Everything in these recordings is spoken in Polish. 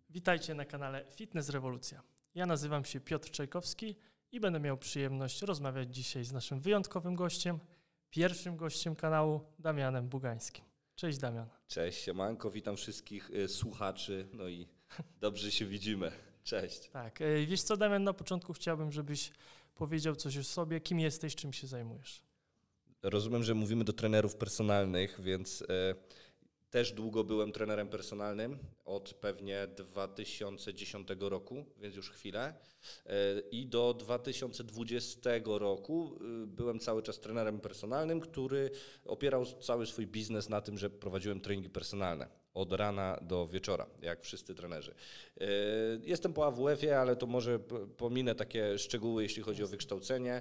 Witajcie na kanale Fitness Rewolucja. Ja nazywam się Piotr Czajkowski i będę miał przyjemność rozmawiać dzisiaj z naszym wyjątkowym gościem, pierwszym gościem kanału, Damianem Bugańskim. Cześć Damian. Cześć, siemanko, witam wszystkich słuchaczy, no i dobrze się widzimy. Cześć. Tak, wiesz co Damian, na początku chciałbym, żebyś powiedział coś o sobie, kim jesteś, czym się zajmujesz. Rozumiem, że mówimy do trenerów personalnych, więc też długo byłem trenerem personalnym, od pewnie 2010 roku, więc już chwilę. I do 2020 roku byłem cały czas trenerem personalnym, który opierał cały swój biznes na tym, że prowadziłem treningi personalne od rana do wieczora, jak wszyscy trenerzy. Jestem po AWF-ie, ale to może pominę takie szczegóły, jeśli chodzi o wykształcenie.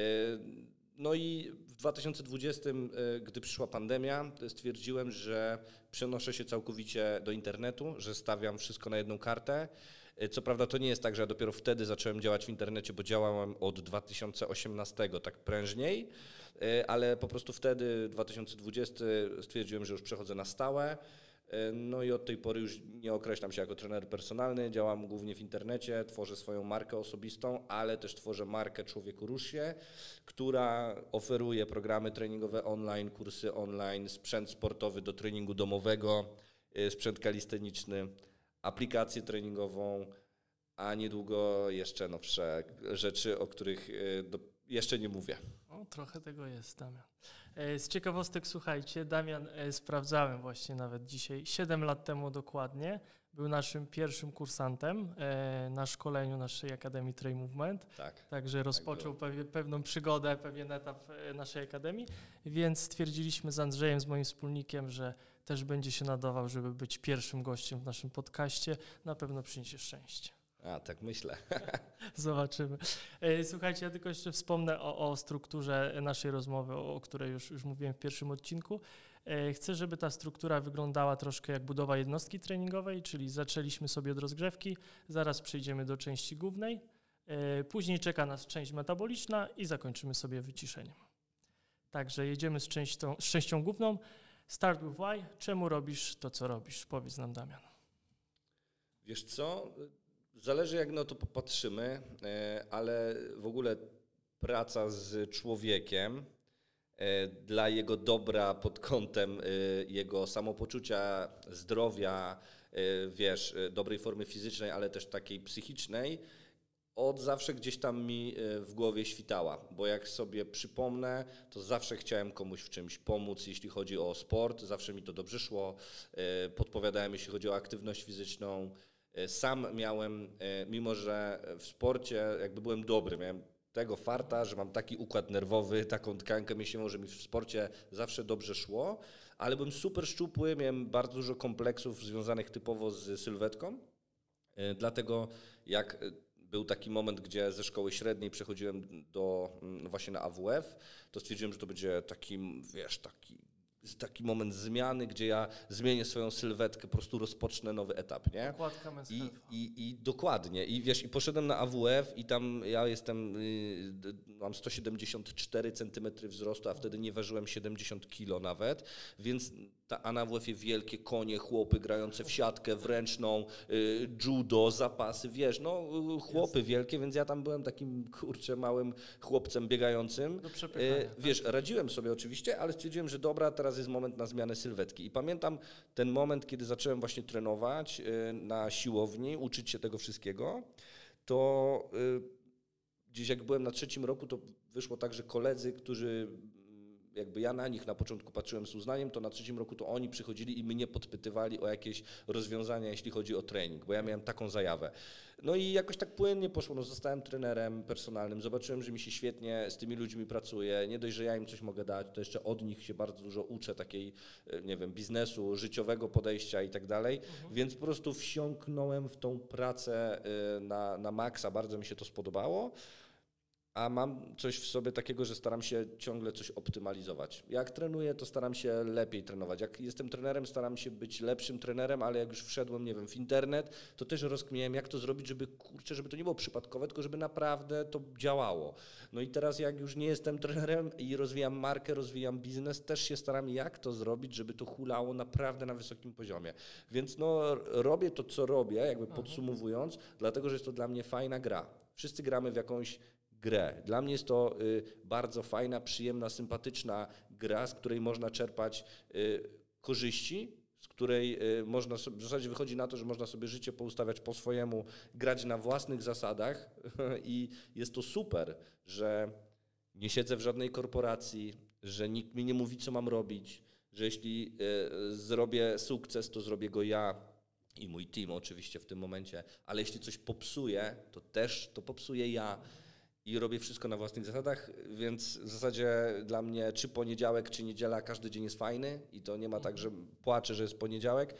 No i w 2020, gdy przyszła pandemia, stwierdziłem, że przenoszę się całkowicie do internetu, że stawiam wszystko na jedną kartę. Co prawda to nie jest tak, że ja dopiero wtedy zacząłem działać w internecie, bo działałem od 2018 tak prężniej, ale po prostu wtedy, 2020, stwierdziłem, że już przechodzę na stałe. No i od tej pory już nie określam się jako trener personalny, działam głównie w internecie, tworzę swoją markę osobistą, ale też tworzę markę Człowieku Rusz się, która oferuje programy treningowe online, kursy online, sprzęt sportowy do treningu domowego, sprzęt kalisteniczny, aplikację treningową, a niedługo jeszcze nowsze rzeczy, o których jeszcze nie mówię. O, trochę tego jest, Damian. Z ciekawostek, słuchajcie, Damian, sprawdzałem właśnie nawet dzisiaj, 7 lat temu dokładnie, był naszym pierwszym kursantem na szkoleniu naszej Akademii Train Movement. Tak. Także rozpoczął pewną przygodę, pewien etap naszej Akademii, więc stwierdziliśmy z Andrzejem, z moim wspólnikiem, że też będzie się nadawał, żeby być pierwszym gościem w naszym podcaście. Na pewno przyniesie szczęście. A, tak myślę. Zobaczymy. Słuchajcie, ja tylko jeszcze wspomnę o strukturze naszej rozmowy, o której już mówiłem w pierwszym odcinku. Chcę, żeby ta struktura wyglądała troszkę jak budowa jednostki treningowej, czyli zaczęliśmy sobie od rozgrzewki, zaraz przejdziemy do części głównej, później czeka nas część metaboliczna i zakończymy sobie wyciszeniem. Także jedziemy z częścią główną. Start with why. Czemu robisz to, co robisz? Powiedz nam, Damian. Wiesz co? Zależy jak na to popatrzymy, ale w ogóle praca z człowiekiem dla jego dobra pod kątem jego samopoczucia, zdrowia, wiesz, dobrej formy fizycznej, ale też takiej psychicznej, od zawsze gdzieś tam mi w głowie świtała, bo jak sobie przypomnę, to zawsze chciałem komuś w czymś pomóc, jeśli chodzi o sport, zawsze mi to dobrze szło, podpowiadałem, jeśli chodzi o aktywność fizyczną. Sam miałem, mimo że w sporcie jakby byłem dobry, miałem tego farta, że mam taki układ nerwowy, taką tkankę mięśniową, że mi w sporcie zawsze dobrze szło, ale byłem super szczupły, miałem bardzo dużo kompleksów związanych typowo z sylwetką, dlatego jak był taki moment, gdzie ze szkoły średniej przechodziłem właśnie na AWF, to stwierdziłem, że to będzie taki, wiesz, taki moment zmiany, gdzie ja zmienię swoją sylwetkę, po prostu rozpocznę nowy etap, nie? Okładka męska. I dokładnie. I wiesz, i poszedłem na AWF i tam ja mam 174 cm wzrostu, a wtedy nie ważyłem 70 kg nawet, więc a na AWF-ie wielkie konie, chłopy grające w siatkę, w ręczną, judo, zapasy, wiesz, no chłopy wielkie, więc ja tam byłem takim, kurczę, małym chłopcem biegającym. Do przepychania, wiesz, radziłem sobie oczywiście, ale stwierdziłem, że dobra, teraz jest moment na zmianę sylwetki. I pamiętam ten moment, kiedy zacząłem właśnie trenować na siłowni, uczyć się tego wszystkiego, to gdzieś jak byłem na 3. roku, to wyszło tak, że koledzy, którzy jakby ja na nich na początku patrzyłem z uznaniem, to na 3. roku to oni przychodzili i mnie podpytywali o jakieś rozwiązania, jeśli chodzi o trening, bo ja miałem taką zajawę. No i jakoś tak płynnie poszło, no zostałem trenerem personalnym, zobaczyłem, że mi się świetnie z tymi ludźmi pracuje, nie dość, że ja im coś mogę dać, to jeszcze od nich się bardzo dużo uczę, takiej, nie wiem, biznesu, życiowego podejścia i tak dalej, więc po prostu wsiąknąłem w tą pracę na maksa, bardzo mi się to spodobało. A mam coś w sobie takiego, że staram się ciągle coś optymalizować. Jak trenuję, to staram się lepiej trenować. Jak jestem trenerem, staram się być lepszym trenerem, ale jak już wszedłem, nie wiem, w internet, to też rozkminiałem, jak to zrobić, żeby, kurczę, żeby to nie było przypadkowe, tylko żeby naprawdę to działało. No i teraz jak już nie jestem trenerem i rozwijam markę, rozwijam biznes, też się staram, jak to zrobić, żeby to hulało naprawdę na wysokim poziomie. Więc no, robię to, co robię, jakby podsumowując, dlatego, że jest to dla mnie fajna gra. Wszyscy gramy w jakąś grę. Dla mnie jest to bardzo fajna, przyjemna, sympatyczna gra, z której można czerpać korzyści, z której można sobie, w zasadzie wychodzi na to, że można sobie życie poustawiać po swojemu, grać na własnych zasadach i jest to super, że nie siedzę w żadnej korporacji, że nikt mi nie mówi, co mam robić, że jeśli zrobię sukces, to zrobię go ja i mój team oczywiście w tym momencie, ale jeśli coś popsuję, to też to popsuję ja. I robię wszystko na własnych zasadach, więc w zasadzie dla mnie czy poniedziałek, czy niedziela, każdy dzień jest fajny i to nie ma tak, że płaczę, że jest poniedziałek.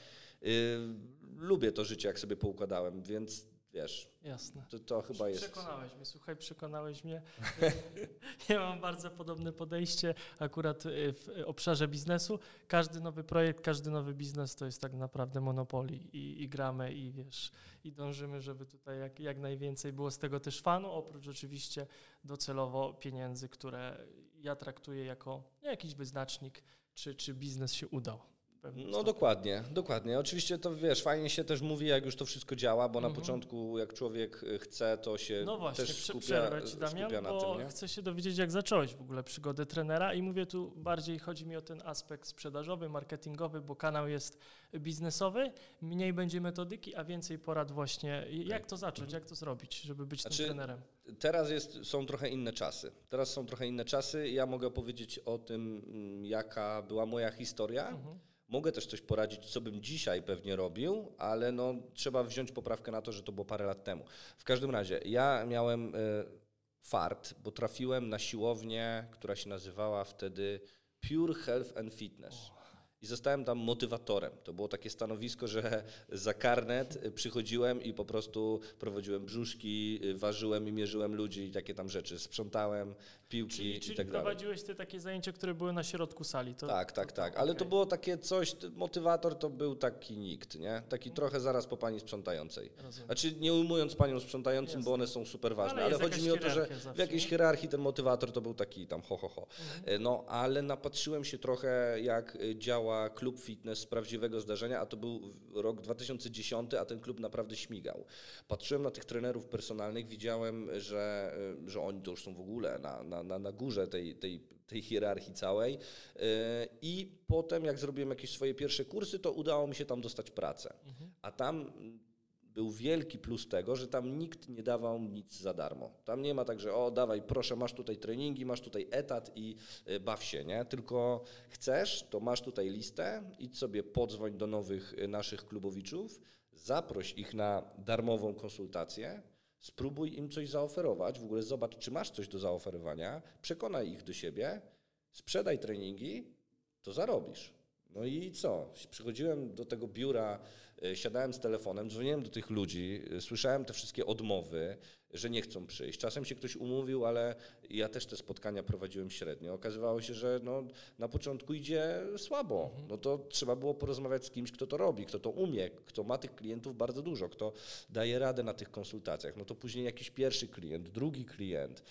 Lubię to życie, jak sobie poukładałem, więc wiesz, Jasne. To chyba jest... Przekonałeś mnie, słuchaj, przekonałeś mnie. Ja mam bardzo podobne podejście akurat w obszarze biznesu. Każdy nowy projekt, każdy nowy biznes to jest tak naprawdę monopoly i gramy i wiesz, i dążymy, żeby tutaj jak najwięcej było z tego też fanu, oprócz oczywiście docelowo pieniędzy, które ja traktuję jako jakiś wyznacznik, czy biznes się udał. No dokładnie. Oczywiście to wiesz, fajnie się też mówi, jak już to wszystko działa, bo na początku jak człowiek chce, to się no właśnie, też przerwę Ci, Damian, skupia na bo tym, nie? chcę się dowiedzieć, jak zacząłeś w ogóle przygodę trenera i mówię tu bardziej, chodzi mi o ten aspekt sprzedażowy, marketingowy, bo kanał jest biznesowy, mniej będzie metodyki, a więcej porad właśnie, jak to zacząć, jak to zrobić, żeby być tym trenerem. Teraz są trochę inne czasy. Ja mogę opowiedzieć o tym, jaka była moja historia. Mogę też coś poradzić, co bym dzisiaj pewnie robił, ale no, trzeba wziąć poprawkę na to, że to było parę lat temu. W każdym razie, ja miałem fart, bo trafiłem na siłownię, która się nazywała wtedy Pure Health and Fitness. I zostałem tam motywatorem. To było takie stanowisko, że za karnet przychodziłem i po prostu prowadziłem brzuszki, ważyłem i mierzyłem ludzi i takie tam rzeczy. Sprzątałem piłki i tak dalej. Czyli prowadziłeś te takie zajęcia, które były na środku sali. Tak. Ale to było takie coś, motywator to był taki nikt, nie? Taki trochę zaraz po pani sprzątającej. Rozumiem. Znaczy nie ujmując panią sprzątającym, bo one są super ważne, ale chodzi mi o to, że w jakiejś hierarchii ten motywator to był taki tam ho. No, ale napatrzyłem się trochę, jak działa klub fitness z prawdziwego zdarzenia, a to był rok 2010, a ten klub naprawdę śmigał. Patrzyłem na tych trenerów personalnych, widziałem, że oni to już są w ogóle na górze tej hierarchii całej i potem jak zrobiłem jakieś swoje pierwsze kursy, to udało mi się tam dostać pracę. A tam był wielki plus tego, że tam nikt nie dawał nic za darmo. Tam nie ma tak, że dawaj, proszę, masz tutaj treningi, masz tutaj etat i baw się, nie? Tylko chcesz, to masz tutaj listę, idź sobie podzwoń do nowych naszych klubowiczów, zaproś ich na darmową konsultację, spróbuj im coś zaoferować, w ogóle zobacz, czy masz coś do zaoferowania, przekonaj ich do siebie, sprzedaj treningi, to zarobisz. No i co? Przychodziłem do tego biura, siadałem z telefonem, dzwoniłem do tych ludzi, słyszałem te wszystkie odmowy, że nie chcą przyjść. Czasem się ktoś umówił, ale ja też te spotkania prowadziłem średnio. Okazywało się, że na początku idzie słabo. No to trzeba było porozmawiać z kimś, kto to robi, kto to umie, kto ma tych klientów bardzo dużo, kto daje radę na tych konsultacjach. No to później jakiś pierwszy klient, drugi klient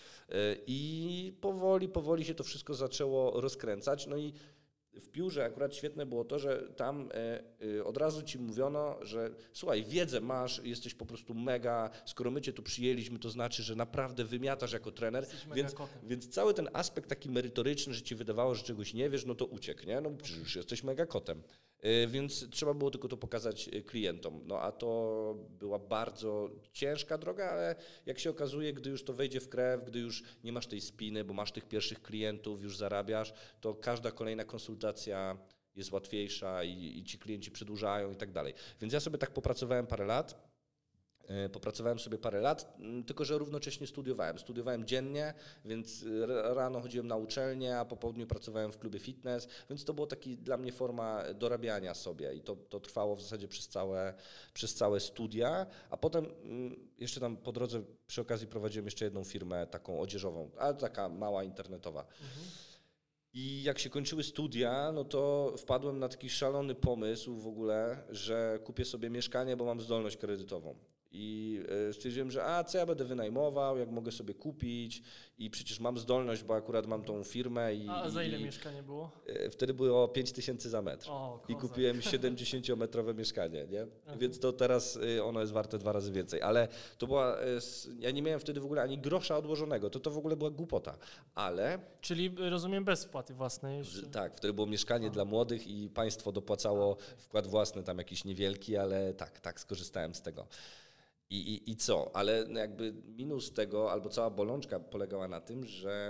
i powoli się to wszystko zaczęło rozkręcać. No i w biurze akurat świetne było to, że tam od razu ci mówiono, że słuchaj, wiedzę masz, jesteś po prostu mega, skoro my cię tu przyjęliśmy, to znaczy, że naprawdę wymiatasz jako trener, więc cały ten aspekt taki merytoryczny, że ci wydawało, że czegoś nie wiesz, no to uciekł, nie? No przecież już jesteś mega kotem. Więc trzeba było tylko to pokazać klientom. No a to była bardzo ciężka droga, ale jak się okazuje, gdy już to wejdzie w krew, gdy już nie masz tej spiny, bo masz tych pierwszych klientów, już zarabiasz, to każda kolejna konsultacja jest łatwiejsza i ci klienci przedłużają i tak dalej. Więc ja sobie tak popracowałem parę lat. Popracowałem sobie parę lat, tylko że równocześnie studiowałem. Studiowałem dziennie, więc rano chodziłem na uczelnię, a po południu pracowałem w klubie fitness, więc to było taki dla mnie forma dorabiania sobie i to trwało w zasadzie przez całe studia, a potem jeszcze tam po drodze przy okazji prowadziłem jeszcze jedną firmę taką odzieżową, ale taka mała internetowa. I jak się kończyły studia, no to wpadłem na taki szalony pomysł w ogóle, że kupię sobie mieszkanie, bo mam zdolność kredytową. I stwierdziłem, że co ja będę wynajmował, jak mogę sobie kupić i przecież mam zdolność, bo akurat mam tą firmę. A za ile mieszkanie było? Wtedy było 5000 za metr. I kupiłem 70-metrowe mieszkanie, nie? Więc to teraz ono jest warte 2 razy więcej. Ale to była, ja nie miałem wtedy w ogóle ani grosza odłożonego, to w ogóle była głupota. Ale... Czyli rozumiem bez wpłaty własnej jeszcze. Tak, wtedy było mieszkanie dla młodych i państwo dopłacało wkład własny tam jakiś niewielki, ale tak, skorzystałem z tego. I co? Ale jakby minus tego, albo cała bolączka polegała na tym,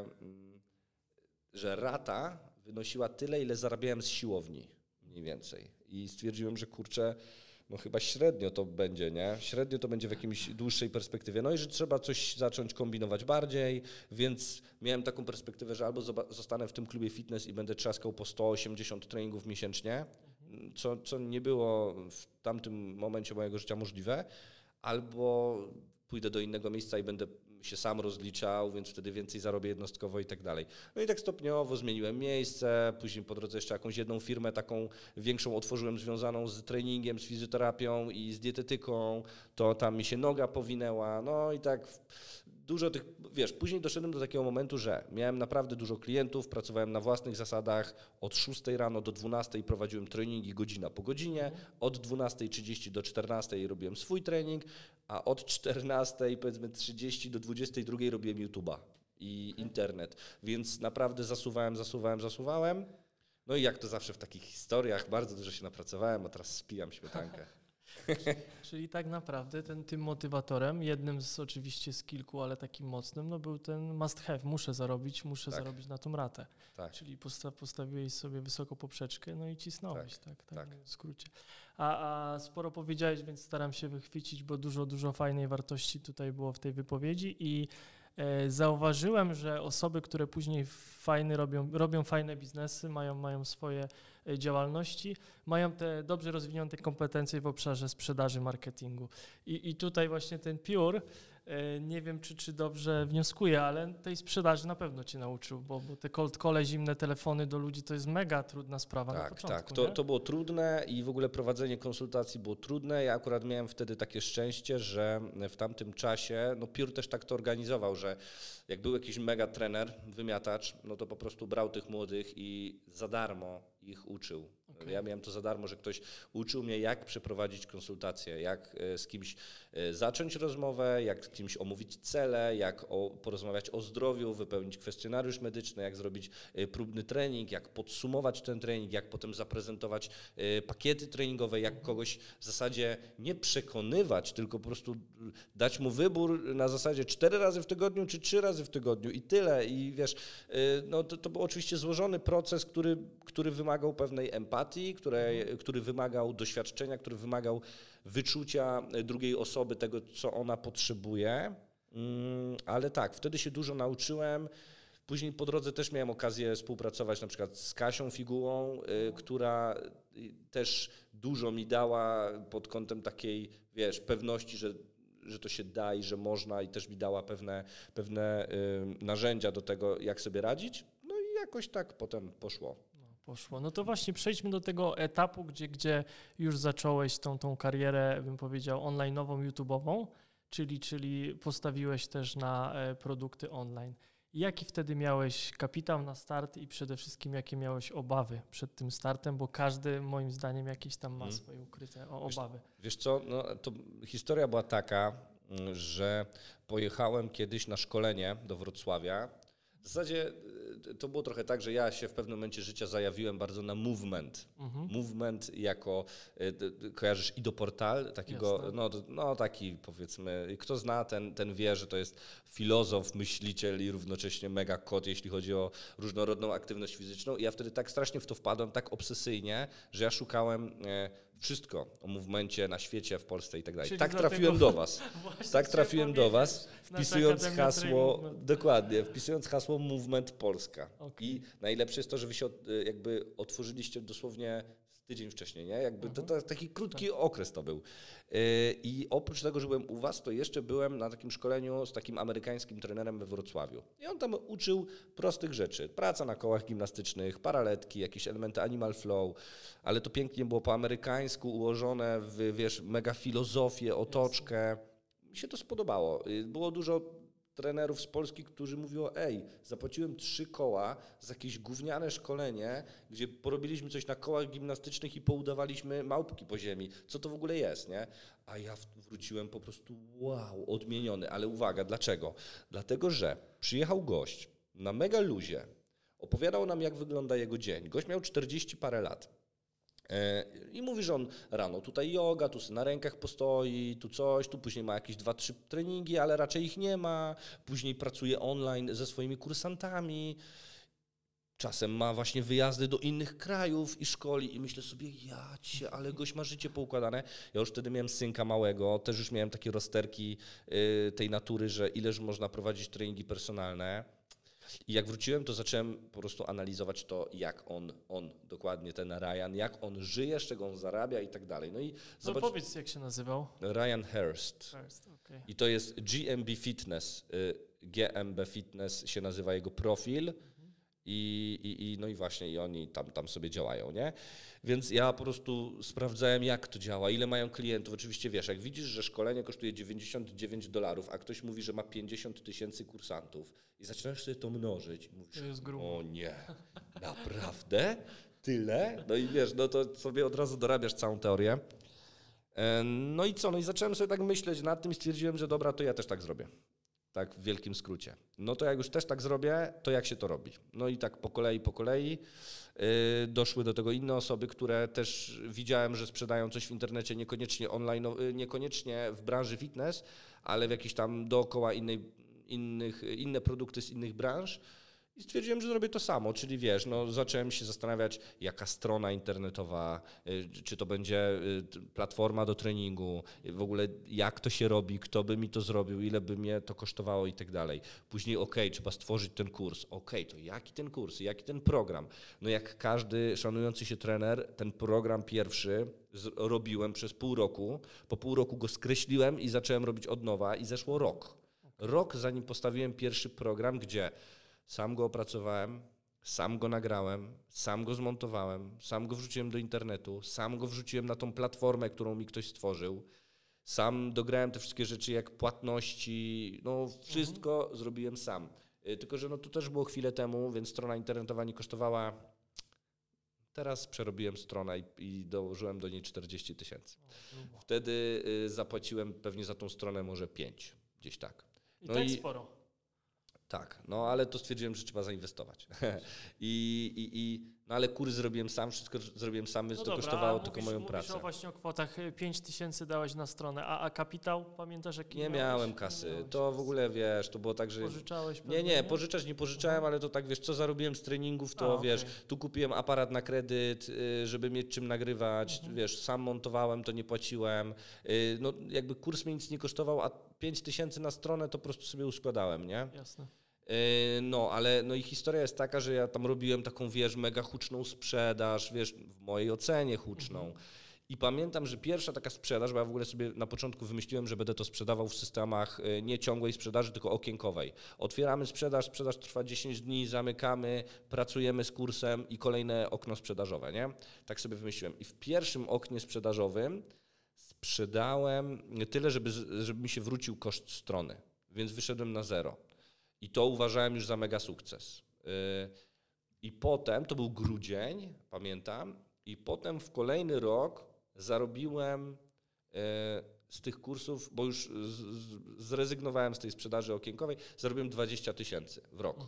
że rata wynosiła tyle, ile zarabiałem z siłowni mniej więcej. I stwierdziłem, że kurczę, no chyba średnio to będzie, nie? Średnio to będzie w jakiejś dłuższej perspektywie. No i że trzeba coś zacząć kombinować bardziej, więc miałem taką perspektywę, że albo zostanę w tym klubie fitness i będę trzaskał po 180 treningów miesięcznie, co nie było w tamtym momencie mojego życia możliwe, albo pójdę do innego miejsca i będę się sam rozliczał, więc wtedy więcej zarobię jednostkowo i tak dalej. No i tak stopniowo zmieniłem miejsce, później po drodze jeszcze jakąś jedną firmę taką większą otworzyłem związaną z treningiem, z fizjoterapią i z dietetyką, to tam mi się noga powinęła, no i tak dużo tych, wiesz, później doszedłem do takiego momentu, że miałem naprawdę dużo klientów, pracowałem na własnych zasadach, od 6 rano do 12 prowadziłem treningi godzina po godzinie, od 12:30 do 14 robiłem swój trening, a od 14 powiedzmy 30 do 22 robiłem YouTube'a i internet, więc naprawdę zasuwałem. No i jak to zawsze w takich historiach, bardzo dużo się napracowałem, a teraz spijam śmietankę. Czyli tak naprawdę tym motywatorem, jednym z oczywiście z kilku, ale takim mocnym, no był ten must have, muszę zarobić na tą ratę. Tak. Czyli postawiłeś sobie wysoko poprzeczkę, no i cisnąłeś, tak w skrócie. A sporo powiedziałeś, więc staram się wychwycić, bo dużo fajnej wartości tutaj było w tej wypowiedzi i zauważyłem, że osoby, które później robią fajne biznesy, mają swoje działalności, mają te dobrze rozwinięte kompetencje w obszarze sprzedaży, marketingu. I tutaj właśnie ten Pure, nie wiem czy dobrze wnioskuję, ale tej sprzedaży na pewno cię nauczył, bo te cold call, zimne telefony do ludzi to jest mega trudna sprawa na początku. Tak, to było trudne i w ogóle prowadzenie konsultacji było trudne. Ja akurat miałem wtedy takie szczęście, że w tamtym czasie, no Pure też tak to organizował, że jak był jakiś mega trener, wymiatacz, no to po prostu brał tych młodych i za darmo ich uczył. Okay. Ja miałem to za darmo, że ktoś uczył mnie, jak przeprowadzić konsultację, jak z kimś zacząć rozmowę, jak z kimś omówić cele, jak porozmawiać o zdrowiu, wypełnić kwestionariusz medyczny, jak zrobić próbny trening, jak podsumować ten trening, jak potem zaprezentować pakiety treningowe, jak kogoś w zasadzie nie przekonywać, tylko po prostu dać mu wybór na zasadzie 4 razy w tygodniu czy 3 razy w tygodniu i tyle. I wiesz, no to był oczywiście złożony proces, który wymagał pewnej empatii, który wymagał doświadczenia, który wymagał wyczucia drugiej osoby, tego, co ona potrzebuje. Ale tak, wtedy się dużo nauczyłem. Później po drodze też miałem okazję współpracować na przykład z Kasią Figułą, która też dużo mi dała pod kątem takiej, wiesz, pewności, że to się da i że można, i też mi dała pewne narzędzia do tego, jak sobie radzić. No i jakoś tak potem poszło. No to właśnie przejdźmy do tego etapu, gdzie już zacząłeś tą karierę, bym powiedział, online'ową, YouTube'ową, czyli postawiłeś też na produkty online. Jaki wtedy miałeś kapitał na start i przede wszystkim jakie miałeś obawy przed tym startem, bo każdy moim zdaniem jakieś tam ma swoje ukryte obawy. Wiesz co, no, to historia była taka, że pojechałem kiedyś na szkolenie do Wrocławia. W zasadzie to było trochę tak, że ja się w pewnym momencie życia zajawiłem bardzo na Movement. Movement jako, kojarzysz Ido-Portal, takiego, no taki powiedzmy, kto zna, ten wie, że to jest filozof, myśliciel i równocześnie mega kot, jeśli chodzi o różnorodną aktywność fizyczną. I ja wtedy tak strasznie w to wpadłem, tak obsesyjnie, że ja szukałem Wszystko o movemencie na świecie, w Polsce i tak dalej. Czyli Tak dlatego trafiłem do was. Właśnie Tak trafiłem do was, wpisując Akademia hasło, Trail dokładnie, wpisując hasło Movement Polska. Okej. I najlepsze jest to, że wy się jakby otworzyliście dosłownie tydzień wcześniej, nie? Jakby to taki krótki okres to był. I oprócz tego, że byłem u was, to jeszcze byłem na takim szkoleniu z takim amerykańskim trenerem we Wrocławiu. I on tam uczył prostych rzeczy. Praca na kołach gimnastycznych, paraletki, jakieś elementy animal flow, ale to pięknie było po amerykańsku ułożone w, wiesz, mega filozofię, otoczkę. Mi się to spodobało. Było dużo trenerów z Polski, którzy mówią, zapłaciłem 3 koła za jakieś gówniane szkolenie, gdzie porobiliśmy coś na kołach gimnastycznych i poudawaliśmy małpki po ziemi. Co to w ogóle jest, nie? A ja wróciłem po prostu, wow, odmieniony. Ale uwaga, dlaczego? Dlatego, że przyjechał gość na mega luzie, opowiadał nam, jak wygląda jego dzień. Gość miał 40 parę lat. I mówi, że on rano tutaj joga, tu na rękach postoi, tu coś, tu później ma jakieś 2-3 treningi, ale raczej ich nie ma. Później pracuje online ze swoimi kursantami. Czasem ma właśnie wyjazdy do innych krajów i szkoli i myślę sobie, ale gość ma życie poukładane. Ja już wtedy miałem synka małego, też już miałem takie rozterki tej natury, że ileż można prowadzić treningi personalne. I jak wróciłem, to zacząłem po prostu analizować to, jak on dokładnie, ten Ryan, jak on żyje, z czego on zarabia i tak dalej. No i zobacz, powiedz, jak się nazywał? Ryan Hurst. Okay. I to jest GMB Fitness. GMB Fitness się nazywa jego profil. No i właśnie i oni tam sobie działają, nie? Więc ja po prostu sprawdzałem, jak to działa, ile mają klientów. Oczywiście wiesz, jak widzisz, że szkolenie kosztuje $99, a ktoś mówi, że ma 50 000 kursantów i zaczynasz sobie to mnożyć i mówisz, to jest grubo. O nie, naprawdę? Tyle? No i wiesz, no to sobie od razu dorabiasz całą teorię. No i co? No i zacząłem sobie tak myśleć nad tym i stwierdziłem, że dobra, to ja też tak zrobię. Tak w wielkim skrócie. No to jak już też tak zrobię, to jak się to robi? No i tak po kolei doszły do tego inne osoby, które też widziałem, że sprzedają coś w internecie, niekoniecznie online, niekoniecznie w branży fitness, ale w jakieś tam dookoła inne produkty z innych branż. I stwierdziłem, że zrobię to samo, czyli wiesz, no zacząłem się zastanawiać, jaka strona internetowa, czy to będzie platforma do treningu, w ogóle jak to się robi, kto by mi to zrobił, ile by mnie to kosztowało i tak dalej. Później trzeba stworzyć ten kurs. To jaki ten kurs, jaki ten program? No jak każdy szanujący się trener, ten program pierwszy robiłem przez pół roku, po pół roku go skreśliłem i zacząłem robić od nowa i zeszło rok. Rok zanim postawiłem pierwszy program, gdzie sam go opracowałem, sam go nagrałem, sam go zmontowałem, sam go wrzuciłem do internetu, sam go wrzuciłem na tą platformę, którą mi ktoś stworzył. Sam dograłem te wszystkie rzeczy jak płatności, no wszystko zrobiłem sam. Tylko że no to też było chwilę temu, więc strona internetowa nie kosztowała. Teraz przerobiłem stronę i dołożyłem do niej 40 000. Wtedy zapłaciłem pewnie za tą stronę może 5, gdzieś tak. No tak sporo. Tak, no ale to stwierdziłem, że trzeba zainwestować. No ale kurs zrobiłem sam, wszystko zrobiłem sam, więc to kosztowało tylko moją pracę. Mówisz właśnie o kwotach 5 000 dałeś na stronę, a kapitał, pamiętasz jaki Nie miałem kasy, to w ogóle wiesz, to było tak, że... Pożyczałeś pewnie? Nie, pożyczać nie pożyczałem, ale to tak wiesz, co zarobiłem z treningów, to wiesz, tu kupiłem aparat na kredyt, żeby mieć czym nagrywać, wiesz, sam montowałem, to nie płaciłem, no jakby kurs mnie nic nie kosztował, a 5 000 na stronę to po prostu sobie uskładałem, nie? Jasne. No, ale no i historia jest taka, że ja tam robiłem taką, wiesz, mega huczną sprzedaż, wiesz, w mojej ocenie huczną. I pamiętam, że pierwsza taka sprzedaż, bo ja w ogóle sobie na początku wymyśliłem, że będę to sprzedawał w systemach nie ciągłej sprzedaży, tylko okienkowej. Otwieramy sprzedaż trwa 10 dni, zamykamy, pracujemy z kursem i kolejne okno sprzedażowe, nie? Tak sobie wymyśliłem. I w pierwszym oknie sprzedażowym sprzedałem tyle, żeby mi się wrócił koszt strony, więc wyszedłem na 0. I to uważałem już za mega sukces. I potem, to był grudzień, pamiętam, i potem w kolejny rok zarobiłem z tych kursów, bo już zrezygnowałem z tej sprzedaży okienkowej, zarobiłem 20 000 w rok.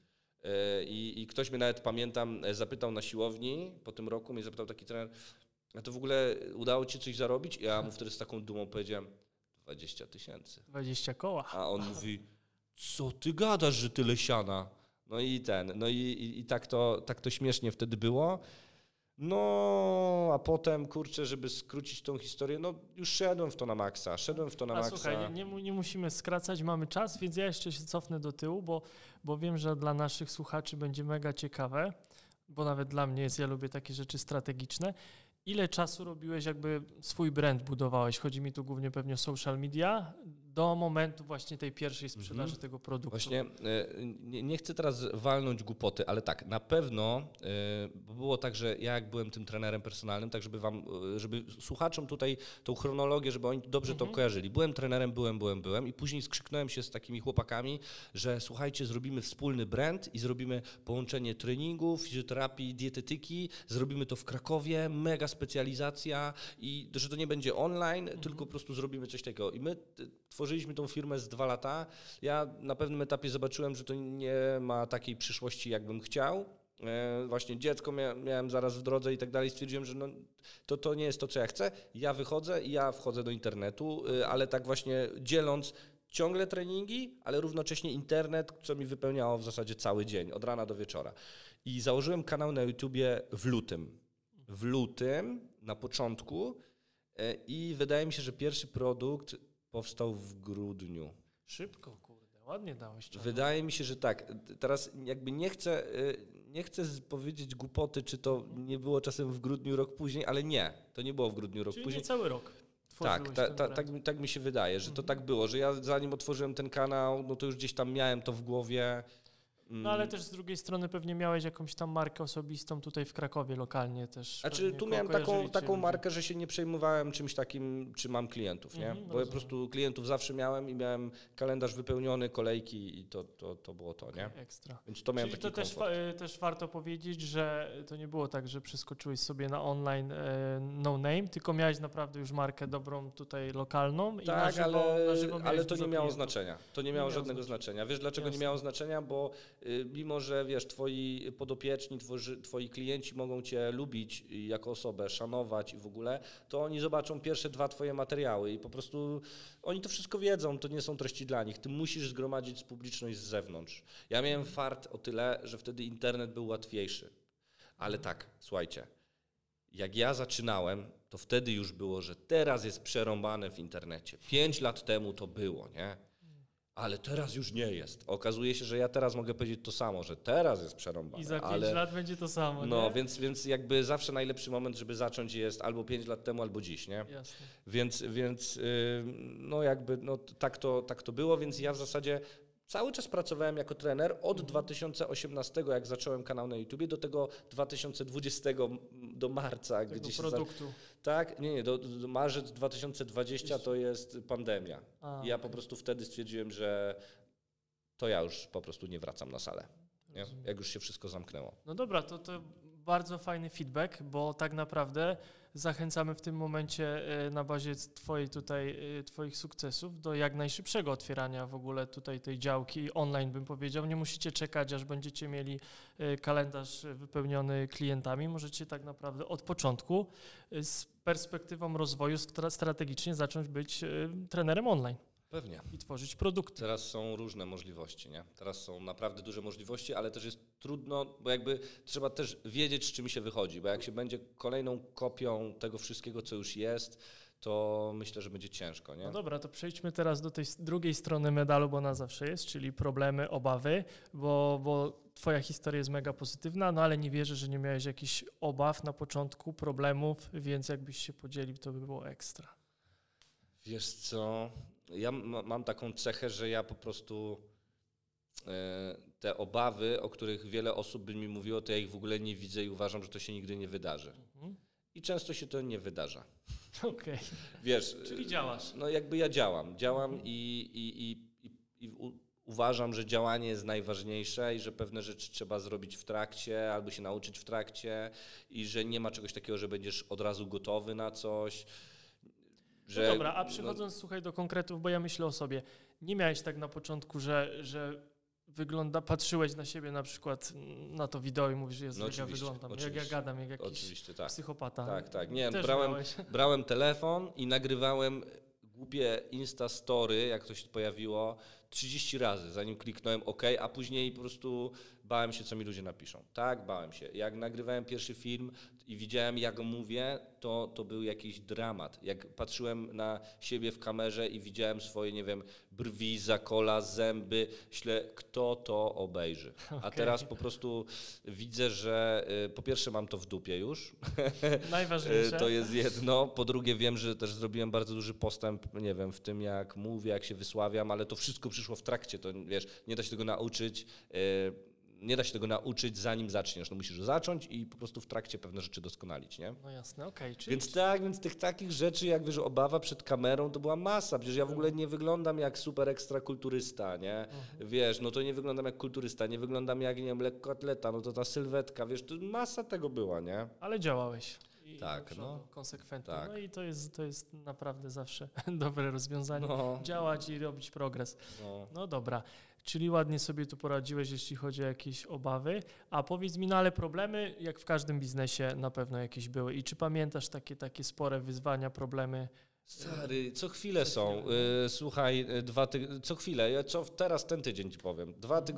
I ktoś mnie nawet, pamiętam, zapytał na siłowni, po tym roku mnie zapytał taki trener, a to w ogóle udało ci coś zarobić? I ja mu wtedy z taką dumą powiedziałem, 20 000. 20 koła. A on mówi, co ty gadasz, że tyle siana? No i tak to śmiesznie wtedy było. No, a potem, kurczę, żeby skrócić tą historię, no już szedłem w to na maksa. Słuchaj, nie musimy skracać, mamy czas, więc ja jeszcze się cofnę do tyłu, bo wiem, że dla naszych słuchaczy będzie mega ciekawe, bo nawet dla mnie jest, ja lubię takie rzeczy strategiczne. Ile czasu robiłeś, jakby swój brand budowałeś? Chodzi mi tu głównie pewnie o social media, do momentu właśnie tej pierwszej sprzedaży tego produktu. Właśnie nie chcę teraz walnąć głupoty, ale tak, na pewno było tak, że ja jak byłem tym trenerem personalnym, tak żeby słuchaczom tutaj tą chronologię, żeby oni dobrze to kojarzyli. Byłem trenerem, byłem i później skrzyknąłem się z takimi chłopakami, że słuchajcie, zrobimy wspólny brand i zrobimy połączenie treningu, fizjoterapii, dietetyki, zrobimy to w Krakowie, mega specjalizacja i że to nie będzie online, tylko po prostu zrobimy coś takiego. I my tworzyliśmy tą firmę z 2 lata. Ja na pewnym etapie zobaczyłem, że to nie ma takiej przyszłości, jakbym chciał. Właśnie dziecko miałem zaraz w drodze i tak dalej. Stwierdziłem, że no, to nie jest to, co ja chcę. Ja wychodzę i ja wchodzę do internetu, ale tak właśnie dzieląc ciągle treningi, ale równocześnie internet, co mi wypełniało w zasadzie cały dzień, od rana do wieczora. I założyłem kanał na YouTubie w lutym. W lutym, na początku, i wydaje mi się, że pierwszy produkt powstał w grudniu. Szybko, kurde, ładnie dałeś czas. Wydaje mi się, że tak. Teraz jakby nie chcę powiedzieć głupoty, czy to nie było czasem w grudniu, rok później, ale nie, to nie było w grudniu, rok Czyli później. nie cały rok. Tak mi się wydaje, że to tak było, że ja zanim otworzyłem ten kanał, no to już gdzieś tam miałem to w głowie. No ale też z drugiej strony pewnie miałeś jakąś tam markę osobistą tutaj w Krakowie lokalnie też. Znaczy tu miałem taką markę, że się nie przejmowałem czymś takim, czy mam klientów, nie? Bo ja po prostu klientów zawsze miałem i miałem kalendarz wypełniony, kolejki i to było to, nie? Ekstra. Więc to miałem Czyli taki to też warto powiedzieć, że to nie było tak, że przeskoczyłeś sobie na online no name, tylko miałeś naprawdę już markę dobrą tutaj lokalną i tak, na żywo ale to nie miało klientów. znaczenia. To nie miało żadnego znaczenia. Wiesz dlaczego nie miało znaczenia? Bo mimo, że wiesz, twoi podopieczni, twoi klienci mogą cię lubić jako osobę, szanować i w ogóle, to oni zobaczą pierwsze 2 twoje materiały i po prostu oni to wszystko wiedzą, to nie są treści dla nich. Ty musisz zgromadzić publiczność z zewnątrz. Ja miałem fart o tyle, że wtedy internet był łatwiejszy. Ale tak, słuchajcie, jak ja zaczynałem, to wtedy już było, że teraz jest przerąbane w internecie. 5 lat temu to było, nie? Ale teraz już nie jest. Okazuje się, że ja teraz mogę powiedzieć to samo, że teraz jest przerąbane. I za 5 lat będzie to samo, no, nie? więc jakby zawsze najlepszy moment, żeby zacząć jest albo 5 lat temu, albo dziś, nie? Jasne. Więc no jakby no, tak to było, więc ja w zasadzie cały czas pracowałem jako trener od 2018, jak zacząłem kanał na YouTubie, do tego 2020 do marca. Tego gdzie produktu. Tak, nie, do marzec 2020 to jest pandemia. I ja po okej. prostu wtedy stwierdziłem, że to ja już po prostu nie wracam na salę, nie? Jak już się wszystko zamknęło. No dobra, to bardzo fajny feedback, bo tak naprawdę zachęcamy w tym momencie na bazie twoich sukcesów do jak najszybszego otwierania w ogóle tutaj tej działki online, bym powiedział. Nie musicie czekać, aż będziecie mieli kalendarz wypełniony klientami. Możecie tak naprawdę od początku z perspektywą rozwoju strategicznie zacząć być trenerem online. Pewnie. I tworzyć produkty. Teraz są różne możliwości, nie? Teraz są naprawdę duże możliwości, ale też jest trudno, bo jakby trzeba też wiedzieć, z czym się wychodzi, bo jak się będzie kolejną kopią tego wszystkiego, co już jest, to myślę, że będzie ciężko, nie? No dobra, to przejdźmy teraz do tej drugiej strony medalu, bo ona zawsze jest, czyli problemy, obawy, bo twoja historia jest mega pozytywna, no ale nie wierzę, że nie miałeś jakichś obaw na początku, problemów, więc jakbyś się podzielił, to by było ekstra. Wiesz co, ja mam taką cechę, że ja po prostu te obawy, o których wiele osób by mi mówiło, to ja ich w ogóle nie widzę i uważam, że to się nigdy nie wydarzy. I często się to nie wydarza. Okej. Wiesz, Czyli działasz. No jakby ja działam i uważam, że działanie jest najważniejsze i że pewne rzeczy trzeba zrobić w trakcie albo się nauczyć w trakcie i że nie ma czegoś takiego, że będziesz od razu gotowy na coś. Że, no dobra, a przechodząc, słuchaj, do konkretów, bo ja myślę o sobie, nie miałeś tak na początku, że patrzyłeś na siebie na przykład na to wideo i mówisz, Jezu, jak ja wyglądam, jak ja gadam, jak jakiś psychopata. Tak. Nie, też brałem telefon i nagrywałem głupie Insta Story, jak to się pojawiło, 30 razy, zanim kliknąłem OK, a później po prostu bałem się, co mi ludzie napiszą. Tak, bałem się. Jak nagrywałem pierwszy film i widziałem, jak mówię, to był jakiś dramat. Jak patrzyłem na siebie w kamerze i widziałem swoje, nie wiem, brwi, zakola, zęby, myślę, kto to obejrzy. A teraz po prostu widzę, że po pierwsze mam to w dupie już. Najważniejsze. To jest jedno. Po drugie wiem, że też zrobiłem bardzo duży postęp, nie wiem, w tym jak mówię, jak się wysławiam, ale to wszystko przyszło w trakcie. To wiesz, nie da się tego nauczyć. Nie da się tego nauczyć, zanim zaczniesz. No musisz zacząć i po prostu w trakcie pewne rzeczy doskonalić, nie? No jasne, okej. Więc tych takich rzeczy, jak wiesz, obawa przed kamerą, to była masa. Przecież ja w ogóle nie wyglądam jak super ekstra kulturysta, nie? Wiesz, no to nie wyglądam jak kulturysta, nie wyglądam jak, nie wiem, lekkoatleta, no to ta sylwetka, wiesz, to masa tego była, nie? Ale działałeś. I tak, no. Konsekwentnie. Tak. No i to jest naprawdę zawsze dobre rozwiązanie. No. Działać i robić progres. No dobra. Czyli ładnie sobie tu poradziłeś, jeśli chodzi o jakieś obawy. A powiedz mi, no ale problemy, jak w każdym biznesie, na pewno jakieś były. I czy pamiętasz takie spore wyzwania, problemy? Stary, co chwilę są. Słuchaj, co chwilę, teraz ten tydzień ci powiem.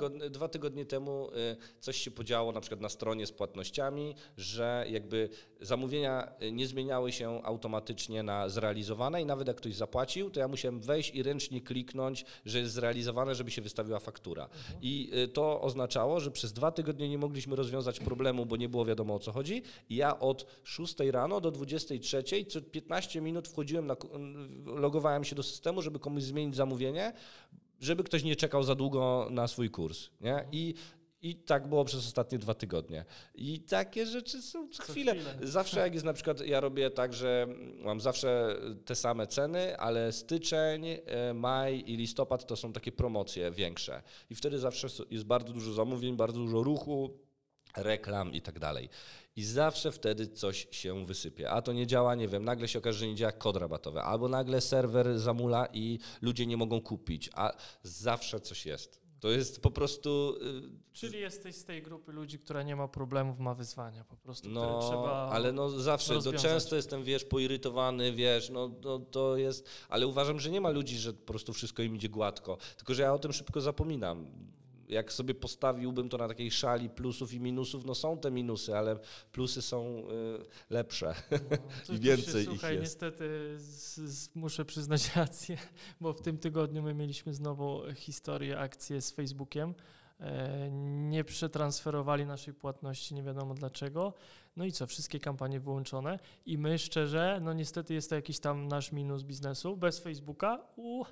2 tygodnie temu coś się podziało na przykład na stronie z płatnościami, że jakby zamówienia nie zmieniały się automatycznie na zrealizowane i nawet jak ktoś zapłacił, to ja musiałem wejść i ręcznie kliknąć, że jest zrealizowane, żeby się wystawiła faktura. I to oznaczało, że przez 2 tygodnie nie mogliśmy rozwiązać problemu, bo nie było wiadomo, o co chodzi. I ja od 6 rano do 23 co 15 minut wchodziłem logowałem się do systemu, żeby komuś zmienić zamówienie, żeby ktoś nie czekał za długo na swój kurs, nie? I tak było przez ostatnie 2 tygodnie. I takie rzeczy są co chwilę. Zawsze jak jest na przykład, ja robię tak, że mam zawsze te same ceny, ale styczeń, maj i listopad to są takie promocje większe. I wtedy zawsze jest bardzo dużo zamówień, bardzo dużo ruchu, reklam i tak dalej. I zawsze wtedy coś się wysypie. A to nie działa, nie wiem, nagle się okaże, że nie działa kod rabatowy, albo nagle serwer zamula i ludzie nie mogą kupić, a zawsze coś jest. To jest po prostu... Czyli jesteś z tej grupy ludzi, która nie ma problemów, ma wyzwania po prostu, no, które trzeba ale no zawsze, często jestem, wiesz, poirytowany, wiesz, no to jest... Ale uważam, że nie ma ludzi, że po prostu wszystko im idzie gładko, tylko że ja o tym szybko zapominam. Jak sobie postawiłbym to na takiej szali plusów i minusów, no są te minusy, ale plusy są lepsze i więcej ich słuchaj, jest. Niestety muszę przyznać rację, bo w tym tygodniu my mieliśmy znowu historię, akcję z Facebookiem. Nie przetransferowali naszej płatności, nie wiadomo dlaczego. No i co, wszystkie kampanie wyłączone i my szczerze, no niestety jest to jakiś tam nasz minus biznesu. Bez Facebooka,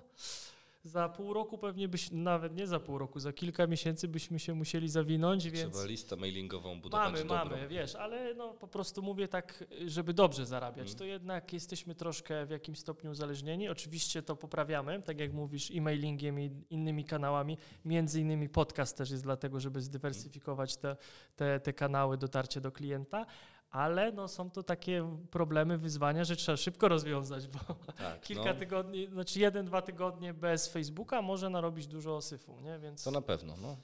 za pół roku pewnie nawet nie za pół roku, za kilka miesięcy byśmy się musieli zawinąć, więc... Trzeba listę mailingową budować Mamy, wiesz, ale no po prostu mówię tak, żeby dobrze zarabiać, to jednak jesteśmy troszkę w jakimś stopniu uzależnieni. Oczywiście to poprawiamy, tak jak mówisz, e-mailingiem i innymi kanałami, między innymi podcast też jest dlatego, żeby zdywersyfikować te kanały, dotarcie do klienta. Ale no, są to takie problemy, wyzwania, że trzeba szybko rozwiązać, bo kilka tygodni, znaczy 1-2 tygodnie bez Facebooka może narobić dużo syfu, nie? Więc, to na pewno, no.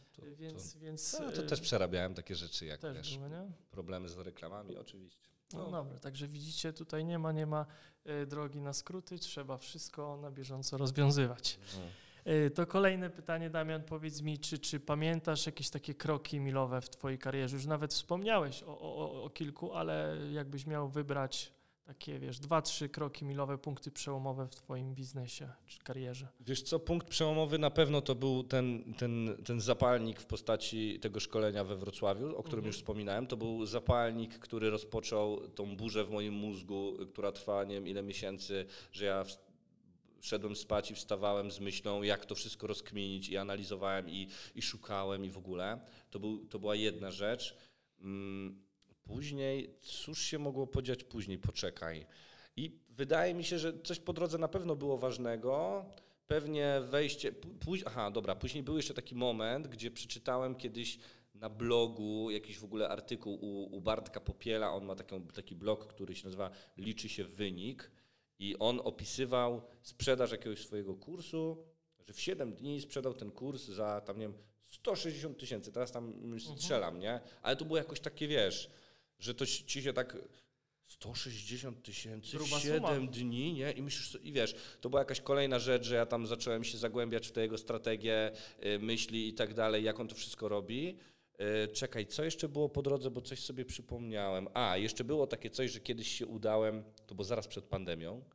To też przerabiałem takie rzeczy, jak wiesz, było, problemy z reklamami, oczywiście. No dobra, także widzicie, tutaj nie ma drogi na skróty, trzeba wszystko na bieżąco rozwiązywać. To kolejne pytanie, Damian, powiedz mi, czy pamiętasz jakieś takie kroki milowe w twojej karierze? Już nawet wspomniałeś o kilku, ale jakbyś miał wybrać takie, wiesz, 2-3 kroki milowe, punkty przełomowe w twoim biznesie czy karierze? Wiesz co, punkt przełomowy na pewno to był ten zapalnik w postaci tego szkolenia we Wrocławiu, o którym już wspominałem. To był zapalnik, który rozpoczął tą burzę w moim mózgu, która trwała nie wiem ile miesięcy, że ja szedłem spać i wstawałem z myślą, jak to wszystko rozkminić i analizowałem i szukałem i w ogóle. To była jedna rzecz. Później, cóż się mogło podziać później? Poczekaj. I wydaje mi się, że coś po drodze na pewno było ważnego. Pewnie wejście... Później był jeszcze taki moment, gdzie przeczytałem kiedyś na blogu jakiś w ogóle artykuł u Bartka Popiela. On ma taki blog, który się nazywa Liczy się wynik. I on opisywał sprzedaż jakiegoś swojego kursu, że w 7 dni sprzedał ten kurs za tam, nie wiem, 160 000. Teraz tam strzelam, nie? Ale to było jakoś takie, wiesz, że to ci się tak 160 000 w 7 dni, nie? I myślisz, i wiesz, to była jakaś kolejna rzecz, że ja tam zacząłem się zagłębiać w te jego strategie, myśli i tak dalej, jak on to wszystko robi. Czekaj, co jeszcze było po drodze, bo coś sobie przypomniałem. Jeszcze było takie coś, że kiedyś się udałem, to było zaraz przed pandemią,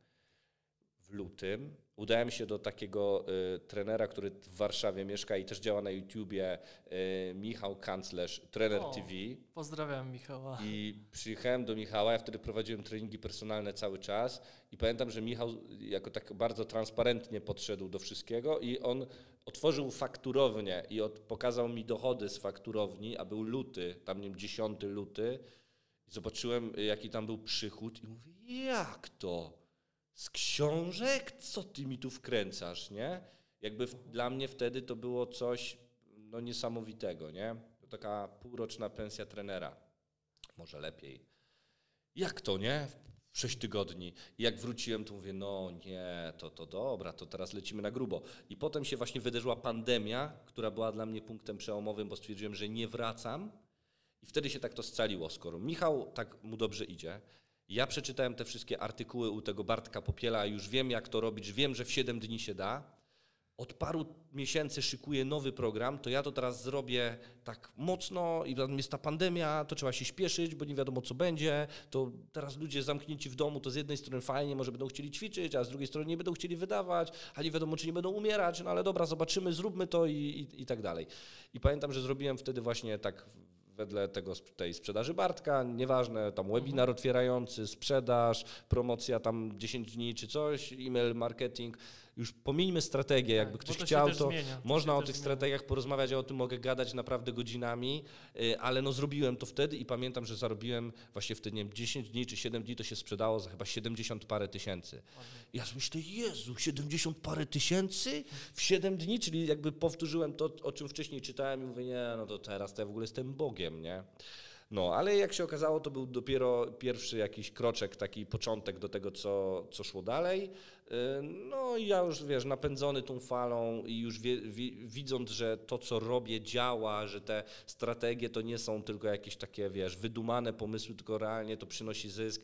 w lutym, udałem się do takiego trenera, który w Warszawie mieszka i też działa na YouTubie, Michał Kanclerz, Trener TV. Pozdrawiam Michała. I przyjechałem do Michała, ja wtedy prowadziłem treningi personalne cały czas i pamiętam, że Michał jako tak bardzo transparentnie podszedł do wszystkiego i on otworzył fakturownię i pokazał mi dochody z fakturowni, a był luty, tam nie wiem, 10 luty i zobaczyłem, jaki tam był przychód i mówię, jak to? Z książek? Co ty mi tu wkręcasz, nie? Jakby dla mnie wtedy to było coś niesamowitego, nie? To taka półroczna pensja trenera. Może lepiej. Jak to, nie? W 6 tygodni. I jak wróciłem, to mówię, to dobra, to teraz lecimy na grubo. I potem się właśnie wydarzyła pandemia, która była dla mnie punktem przełomowym, bo stwierdziłem, że nie wracam. I wtedy się tak to scaliło, skoro Michał tak mu dobrze idzie. Ja przeczytałem te wszystkie artykuły u tego Bartka Popiela, już wiem jak to robić, wiem, że w 7 dni się da. Od paru miesięcy szykuję nowy program, to ja to teraz zrobię tak mocno i jest ta pandemia, to trzeba się śpieszyć, bo nie wiadomo co będzie, to teraz ludzie zamknięci w domu, to z jednej strony fajnie, może będą chcieli ćwiczyć, a z drugiej strony nie będą chcieli wydawać, a nie wiadomo czy nie będą umierać, ale dobra, zobaczymy, zróbmy to i tak dalej. I pamiętam, że zrobiłem wtedy właśnie tak wedle tej sprzedaży Bartka, nieważne, tam webinar otwierający, sprzedaż, promocja tam 10 dni czy coś, e-mail marketing. Już pomijmy strategię, jakby ktoś chciał, to można o tych strategiach porozmawiać, ja o tym mogę gadać naprawdę godzinami, ale zrobiłem to wtedy i pamiętam, że zarobiłem właśnie wtedy, nie wiem, 10 dni czy 7 dni to się sprzedało za chyba 70 parę tysięcy. I ja sobie myślę, Jezu, 70 parę tysięcy w 7 dni, czyli jakby powtórzyłem to, o czym wcześniej czytałem i mówię, to teraz to ja w ogóle jestem Bogiem, nie? Ale jak się okazało, to był dopiero pierwszy jakiś kroczek, taki początek do tego, co szło dalej. I ja już, napędzony tą falą i już widząc, że to, co robię, działa, że te strategie to nie są tylko jakieś takie, wydumane pomysły, tylko realnie to przynosi zysk.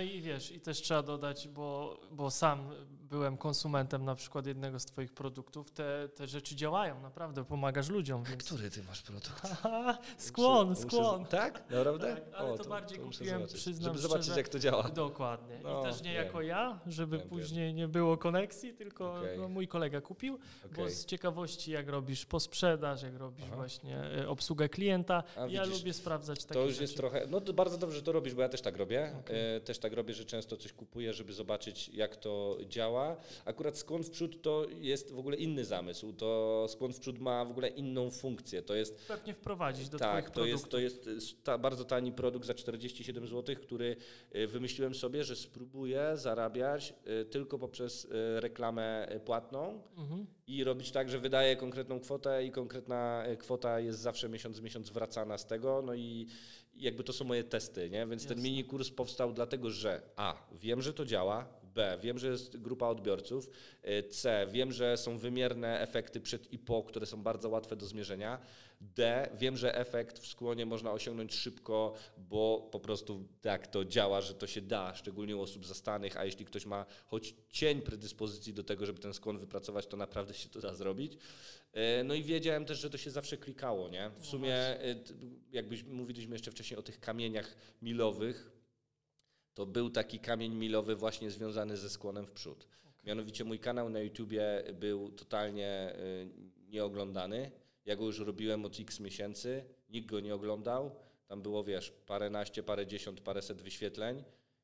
I też trzeba dodać, bo sam byłem konsumentem na przykład jednego z twoich produktów, te rzeczy działają, naprawdę, pomagasz ludziom. Więc... Który ty masz produkt? Skłon. Tak? Naprawdę? Tak, ale to bardziej kupiłem, przyznam żeby zobaczyć, szczerze, jak to działa. Dokładnie. I też nie jako ja, żeby później nie było koneksji, tylko mój kolega kupił, bo z ciekawości jak robisz posprzedaż, jak robisz właśnie obsługę klienta, ja lubię sprawdzać takie rzeczy. To już jest trochę, to bardzo dobrze, że to robisz, bo ja też tak robię. Też tak robię, że często coś kupuję, żeby zobaczyć, jak to działa. Akurat skłon w przód to jest w ogóle inny zamysł. To skłon w przód ma w ogóle inną funkcję. To jest pewnie wprowadzić do twoich produktów. To jest bardzo tani produkt za 47 zł, który wymyśliłem sobie, że spróbuję zarabiać tylko poprzez reklamę płatną i robić tak, że wydaję konkretną kwotę i konkretna kwota jest zawsze miesiąc w miesiąc zwracana z tego. I jakby to są moje testy, nie? Więc ten mini kurs powstał dlatego, że wiem, że to działa, B, wiem, że jest grupa odbiorców, C, wiem, że są wymierne efekty przed i po, które są bardzo łatwe do zmierzenia, D, wiem, że efekt w skłonie można osiągnąć szybko, bo po prostu tak to działa, że to się da, szczególnie u osób zastanych, a jeśli ktoś ma choć cień predyspozycji do tego, żeby ten skłon wypracować, to naprawdę się to da zrobić. I wiedziałem też, że to się zawsze klikało, nie? W sumie, mówiliśmy jeszcze wcześniej o tych kamieniach milowych, to był taki kamień milowy właśnie związany ze skłonem w przód. Mianowicie mój kanał na YouTubie był totalnie nieoglądany. Ja go już robiłem od x miesięcy, nikt go nie oglądał. Tam było, paręnaście, parędziesiąt, paręset wyświetleń.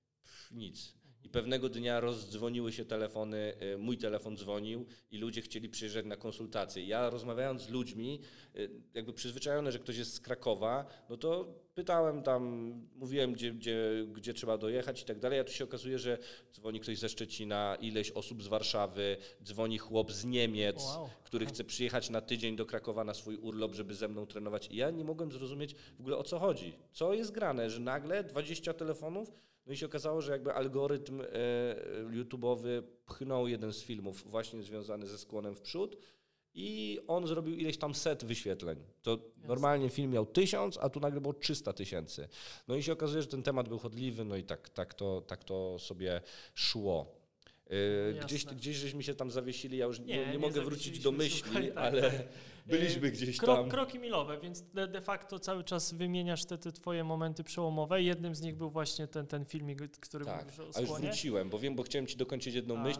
Nic. I pewnego dnia rozdzwoniły się telefony, mój telefon dzwonił i ludzie chcieli przyjeżdżać na konsultacje. Ja rozmawiając z ludźmi, jakby przyzwyczajony, że ktoś jest z Krakowa, to pytałem tam, mówiłem gdzie trzeba dojechać i tak dalej, a tu się okazuje, że dzwoni ktoś ze Szczecina, ileś osób z Warszawy, dzwoni chłop z Niemiec, który chce przyjechać na tydzień do Krakowa na swój urlop, żeby ze mną trenować. I ja nie mogłem zrozumieć w ogóle o co chodzi. Co jest grane, że nagle 20 telefonów. I się okazało, że jakby algorytm YouTube'owy pchnął jeden z filmów właśnie związany ze skłonem w przód i on zrobił ileś tam set wyświetleń. To normalnie film miał 1000, a tu nagle było 300 000. I się okazuje, że ten temat był chodliwy, i tak to sobie szło. Gdzieś żeśmy się tam zawiesili, ja już nie mogę zawiesiliśmy, wrócić do myśli, słuchaj, tak, ale tak. byliśmy gdzieś tam. Kroki milowe, więc de facto cały czas wymieniasz te twoje momenty przełomowe. Jednym z nich był właśnie ten filmik, który mówisz o a już skłonie. wróciłem, bo chciałem ci dokończyć jedną myśl,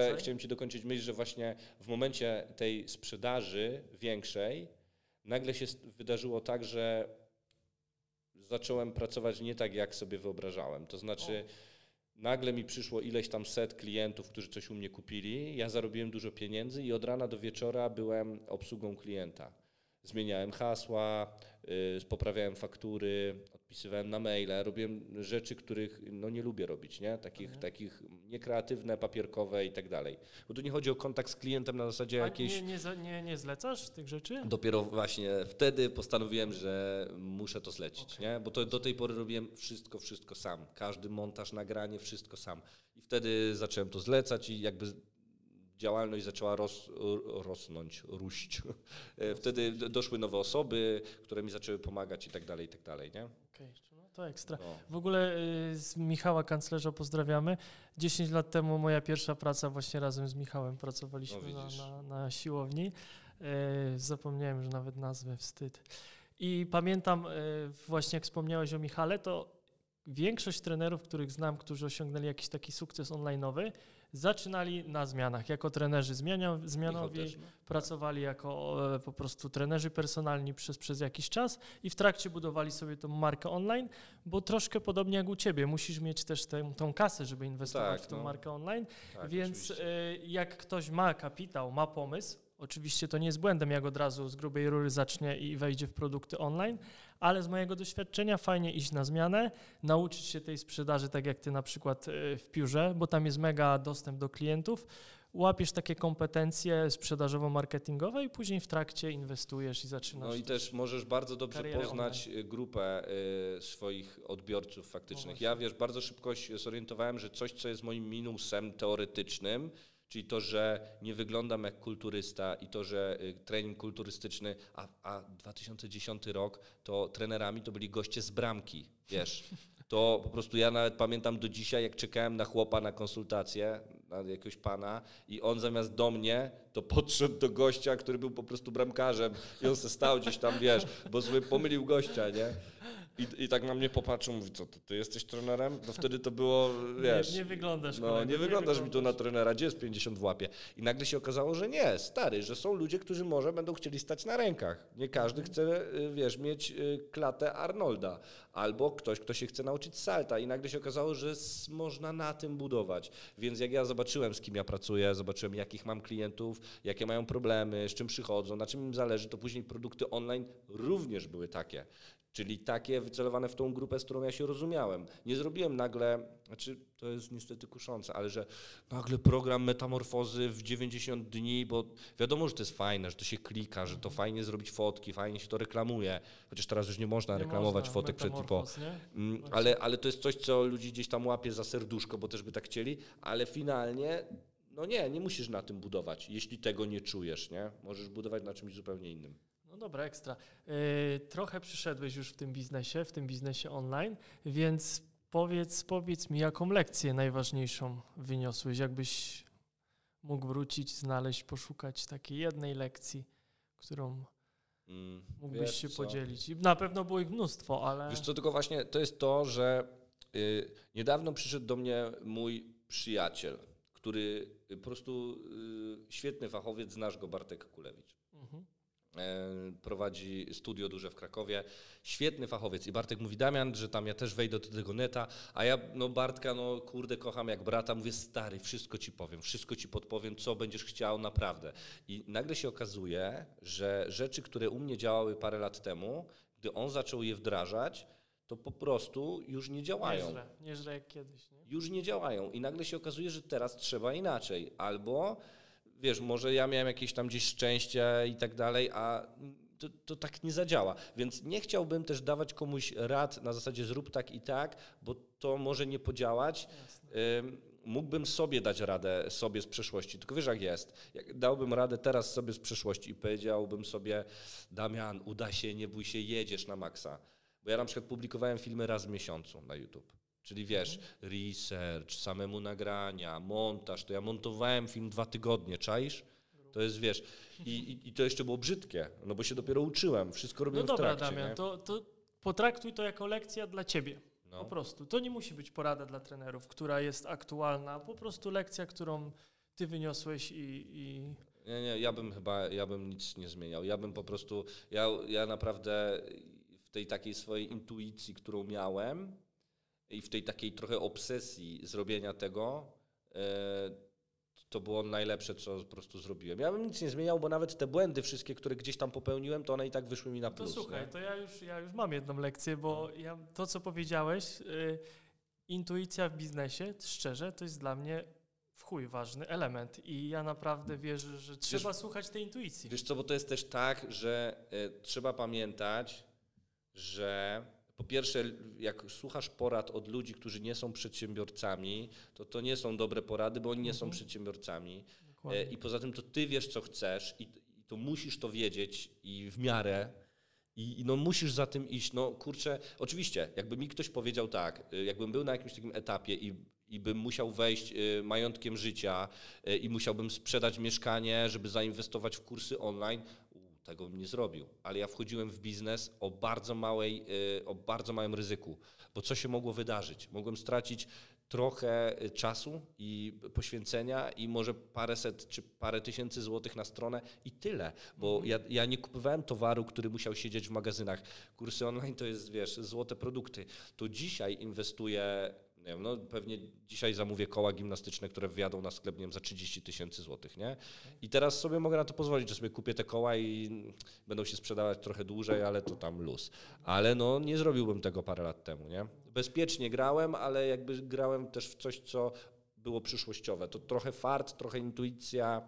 że właśnie w momencie tej sprzedaży większej nagle się wydarzyło tak, że zacząłem pracować nie tak, jak sobie wyobrażałem. To znaczy nagle mi przyszło ileś tam set klientów, którzy coś u mnie kupili, ja zarobiłem dużo pieniędzy i od rana do wieczora byłem obsługą klienta. Zmieniałem hasła, poprawiałem faktury, odpisywałem na maile, robiłem rzeczy, których nie lubię robić, nie? Takich niekreatywne, papierkowe i tak dalej. Bo tu nie chodzi o kontakt z klientem na zasadzie jakiejś... Nie zlecasz tych rzeczy? Dopiero właśnie wtedy postanowiłem, że muszę to zlecić, nie? Bo to do tej pory robiłem wszystko sam. Każdy montaż, nagranie, wszystko sam. I wtedy zacząłem to zlecać i jakby działalność zaczęła róść. Wtedy doszły nowe osoby, które mi zaczęły pomagać i tak dalej, nie? Okej, no to ekstra. W ogóle z Michała Kanclerza pozdrawiamy. 10 lat temu moja pierwsza praca właśnie razem z Michałem pracowaliśmy na siłowni. Zapomniałem już nawet nazwę, wstyd. I pamiętam właśnie jak wspomniałeś o Michale, to większość trenerów, których znam, którzy osiągnęli jakiś taki sukces online'owy, zaczynali na zmianach. Jako trenerzy zmianowi, pracowali jako po prostu trenerzy personalni przez jakiś czas i w trakcie budowali sobie tą markę online, bo troszkę podobnie jak u Ciebie, musisz mieć też tą kasę, żeby inwestować w tą markę online, więc jak ktoś ma kapitał, ma pomysł, oczywiście to nie jest błędem, jak od razu z grubej rury zacznie i wejdzie w produkty online, ale z mojego doświadczenia fajnie iść na zmianę, nauczyć się tej sprzedaży, tak jak Ty na przykład w Piórze, bo tam jest mega dostęp do klientów, łapiesz takie kompetencje sprzedażowo-marketingowe i później w trakcie inwestujesz i zaczynasz. No i też możesz bardzo dobrze poznać grupę swoich odbiorców faktycznych. Ja bardzo szybko się zorientowałem, że coś, co jest moim minusem teoretycznym, czyli to, że nie wyglądam jak kulturysta i to, że trening kulturystyczny, a 2010 rok, to trenerami to byli goście z bramki, wiesz. To po prostu ja nawet pamiętam do dzisiaj, jak czekałem na chłopa na konsultację, na jakiegoś pana i on zamiast do mnie, to podszedł do gościa, który był po prostu bramkarzem i on se stał gdzieś tam, wiesz, bo sobie pomylił gościa, nie? I tak na mnie popatrzył, mówi, co, ty jesteś trenerem? No wtedy to było, wiesz... Nie wyglądasz. Nie wyglądasz mi tu na trenera, gdzie jest 50 w łapie? I nagle się okazało, że nie, stary, że są ludzie, którzy może będą chcieli stać na rękach. Nie każdy chce, wiesz, mieć klatę Arnolda. Albo ktoś, kto się chce nauczyć salta. I nagle się okazało, że można na tym budować. Więc jak ja zobaczyłem, z kim ja pracuję, zobaczyłem, jakich mam klientów, jakie mają problemy, z czym przychodzą, na czym im zależy, to później produkty online również były takie. Czyli takie wycelowane w tą grupę, z którą ja się rozumiałem. Nie zrobiłem nagle, to jest niestety kuszące, ale że nagle program metamorfozy w 90 dni, bo wiadomo, że to jest fajne, że to się klika, że to fajnie zrobić fotki, fajnie się to reklamuje, chociaż teraz już nie można reklamować fotek przed i po. Ale to jest coś, co ludzi gdzieś tam łapie za serduszko, bo też by tak chcieli, ale finalnie nie musisz na tym budować, jeśli tego nie czujesz, nie? Możesz budować na czymś zupełnie innym. No dobra, ekstra. Trochę przyszedłeś już w tym biznesie online, więc powiedz mi, jaką lekcję najważniejszą wyniosłeś, jakbyś mógł wrócić, znaleźć, poszukać takiej jednej lekcji, którą mógłbyś się podzielić. I na pewno było ich mnóstwo, ale... Wiesz co, tylko właśnie to jest to, że niedawno przyszedł do mnie mój przyjaciel, który po prostu świetny fachowiec, znasz go, Bartek Kulewicz. Prowadzi studio duże w Krakowie, świetny fachowiec i Bartek mówi, Damian, że tam ja też wejdę do tego neta, a ja Bartka kurde kocham jak brata, mówię, stary, wszystko ci powiem, wszystko ci podpowiem, co będziesz chciał, naprawdę. I nagle się okazuje, że rzeczy, które u mnie działały parę lat temu, gdy on zaczął je wdrażać, to po prostu już nie działają. Nieźle jak kiedyś. Nie? Już nie działają i nagle się okazuje, że teraz trzeba inaczej, albo... Wiesz, może ja miałem jakieś tam gdzieś szczęście i tak dalej, a to tak nie zadziała. Więc nie chciałbym też dawać komuś rad na zasadzie zrób tak i tak, bo to może nie podziałać. Mógłbym sobie dać radę sobie z przeszłości, tylko wiesz jak jest. Jak dałbym radę teraz sobie z przeszłości i powiedziałbym sobie, Damian, uda się, nie bój się, jedziesz na maksa. Bo ja na przykład publikowałem filmy raz w miesiącu na YouTube. Czyli wiesz, research, samemu nagrania, montaż, to ja montowałem film 2 tygodnie, czaisz? To jest, wiesz, i to jeszcze było brzydkie, no bo się dopiero uczyłem, wszystko robiłem w trakcie. Damian, nie? to potraktuj to jako lekcja dla ciebie. No. Po prostu. To nie musi być porada dla trenerów, która jest aktualna, po prostu lekcja, którą ty wyniosłeś i... Nie, ja bym nic nie zmieniał. Ja bym po prostu, ja naprawdę w tej takiej swojej intuicji, którą miałem i w tej takiej trochę obsesji zrobienia tego, to było najlepsze, co po prostu zrobiłem. Ja bym nic nie zmieniał, bo nawet te błędy wszystkie, które gdzieś tam popełniłem, to one i tak wyszły mi na plus. To słuchaj, nie? to ja już mam jedną lekcję, bo to, co powiedziałeś, intuicja w biznesie, szczerze, to jest dla mnie w chuj ważny element i ja naprawdę wierzę, że trzeba słuchać tej intuicji. Wiesz co, bo to jest też tak, że trzeba pamiętać, że po pierwsze, jak słuchasz porad od ludzi, którzy nie są przedsiębiorcami, to nie są dobre porady, bo oni nie są przedsiębiorcami. I poza tym to ty wiesz, co chcesz i to musisz to wiedzieć i w miarę i no musisz za tym iść. No kurczę, oczywiście, jakby mi ktoś powiedział tak, jakbym był na jakimś takim etapie i bym musiał wejść majątkiem życia i musiałbym sprzedać mieszkanie, żeby zainwestować w kursy online, tego bym nie zrobił. Ale ja wchodziłem w biznes o bardzo małym ryzyku, bo co się mogło wydarzyć? Mogłem stracić trochę czasu i poświęcenia i może paręset czy parę tysięcy złotych na stronę i tyle, bo ja nie kupowałem towaru, który musiał siedzieć w magazynach. Kursy online to jest, wiesz, złote produkty. To dzisiaj inwestuję, nie wiem, no pewnie dzisiaj zamówię koła gimnastyczne, które wjadą na sklep, nie wiem, za 30 000 złotych, nie? I teraz sobie mogę na to pozwolić, że sobie kupię te koła i będą się sprzedawać trochę dłużej, ale to tam luz. Ale no nie zrobiłbym tego parę lat temu, nie? Bezpiecznie grałem, ale jakby grałem też w coś, co było przyszłościowe. To trochę fart, trochę intuicja.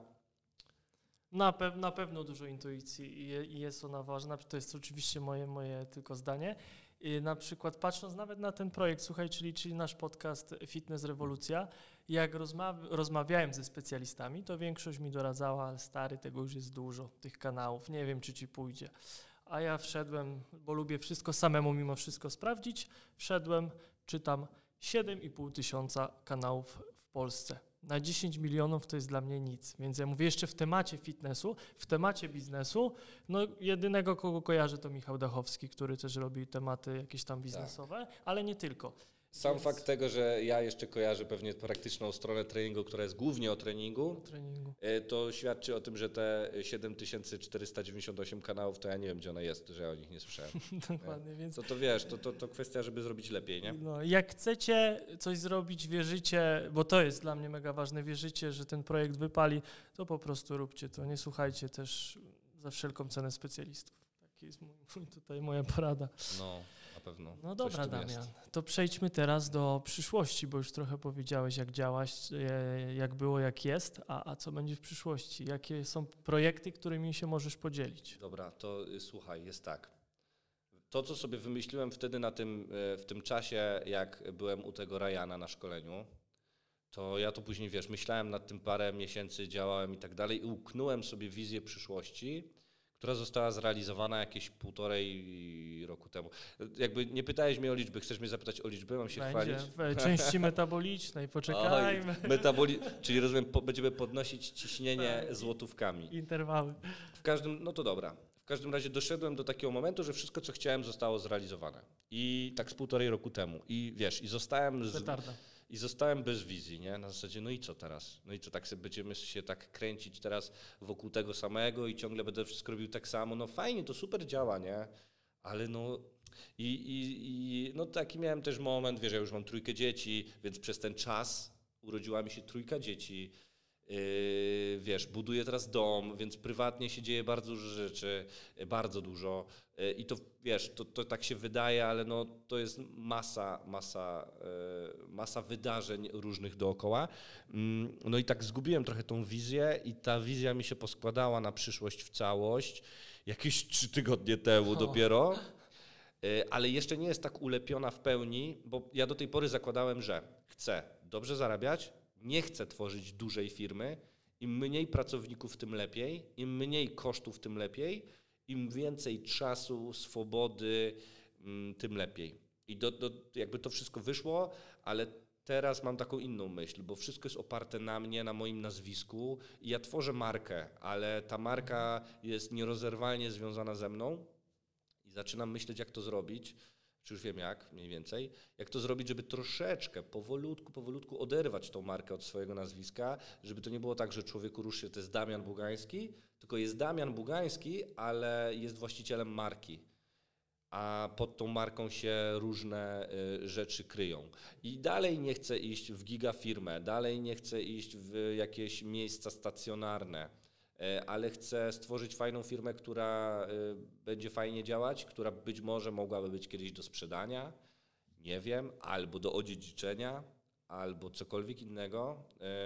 Na pewno dużo intuicji i jest ona ważna. To jest oczywiście moje tylko zdanie. I na przykład patrząc nawet na ten projekt, słuchaj, czyli nasz podcast Fitness Rewolucja, jak rozmawiałem ze specjalistami, to większość mi doradzała, ale stary, tego już jest dużo, tych kanałów, nie wiem, czy ci pójdzie. A ja wszedłem, bo lubię wszystko samemu mimo wszystko sprawdzić, wszedłem, czytam 7,5 tysiąca kanałów w Polsce. Na 10 milionów to jest dla mnie nic. Więc ja mówię jeszcze w temacie fitnessu, w temacie biznesu, no jedynego, kogo kojarzę, to Michał Dachowski, który też robi tematy jakieś tam biznesowe, ale nie tylko. Sam fakt tego, że ja jeszcze kojarzę pewnie praktyczną stronę treningu, która jest głównie o treningu, to świadczy o tym, że te 7498 kanałów, to ja nie wiem, gdzie one jest, że ja o nich nie słyszałem. Dokładnie, więc... To wiesz, to kwestia, żeby zrobić lepiej, nie? No, jak chcecie coś zrobić, wierzycie, bo to jest dla mnie mega ważne, wierzycie, że ten projekt wypali, to po prostu róbcie to. Nie słuchajcie też za wszelką cenę specjalistów. Taki jest tutaj moja porada. No, na pewno. No dobra, Damian, to przejdźmy teraz do przyszłości, bo już trochę powiedziałeś, jak działaś, jak było, jak jest, a co będzie w przyszłości? Jakie są projekty, którymi się możesz podzielić? Dobra, to słuchaj, jest tak. To, co sobie wymyśliłem wtedy w tym czasie, jak byłem u tego Ryana na szkoleniu, to ja to później, wiesz, myślałem nad tym parę miesięcy, działałem i tak dalej i uknąłem sobie wizję przyszłości, która została zrealizowana jakieś 1,5 roku temu. Jakby nie pytałeś mnie o liczby, chcesz mnie zapytać o liczby, mam się chwalić? W części metabolicznej, poczekajmy. Czyli rozumiem, będziemy podnosić ciśnienie złotówkami. Interwały. No to dobra. W każdym razie doszedłem do takiego momentu, że wszystko, co chciałem, zostało zrealizowane. I tak z 1,5 roku temu. I wiesz, i zostałem bez wizji, nie? Na zasadzie, no i co teraz? No i co, tak sobie będziemy się tak kręcić teraz wokół tego samego i ciągle będę wszystko robił tak samo. No fajnie, to super działa, nie? Ale no... no taki miałem też moment, wiesz, ja już mam 3 dzieci, więc przez ten czas urodziła mi się 3 dzieci. Wiesz, buduję teraz dom, więc prywatnie się dzieje bardzo dużo rzeczy, bardzo dużo i to wiesz, to tak się wydaje, ale no to jest masa wydarzeń różnych dookoła. No i tak zgubiłem trochę tą wizję i ta wizja mi się poskładała na przyszłość w całość jakieś 3 tygodnie temu dopiero, ale jeszcze nie jest tak ulepiona w pełni, bo ja do tej pory zakładałem, że chcę dobrze zarabiać, nie chcę tworzyć dużej firmy. Im mniej pracowników, tym lepiej. Im mniej kosztów, tym lepiej. Im więcej czasu, swobody, tym lepiej. I jakby to wszystko wyszło, ale teraz mam taką inną myśl, bo wszystko jest oparte na mnie, na moim nazwisku i ja tworzę markę, ale ta marka jest nierozerwalnie związana ze mną i zaczynam myśleć, jak to zrobić, czy już wiem jak mniej więcej, jak to zrobić, żeby troszeczkę, powolutku oderwać tą markę od swojego nazwiska, żeby to nie było tak, że człowieku rusz się, to jest Damian Bugański, tylko jest Damian Bugański, ale jest właścicielem marki. A pod tą marką się różne rzeczy kryją. I dalej nie chcę iść w gigafirmę, dalej nie chcę iść w jakieś miejsca stacjonarne, ale chcę stworzyć fajną firmę, która będzie fajnie działać, która być może mogłaby być kiedyś do sprzedania, nie wiem, albo do odziedziczenia, albo cokolwiek innego,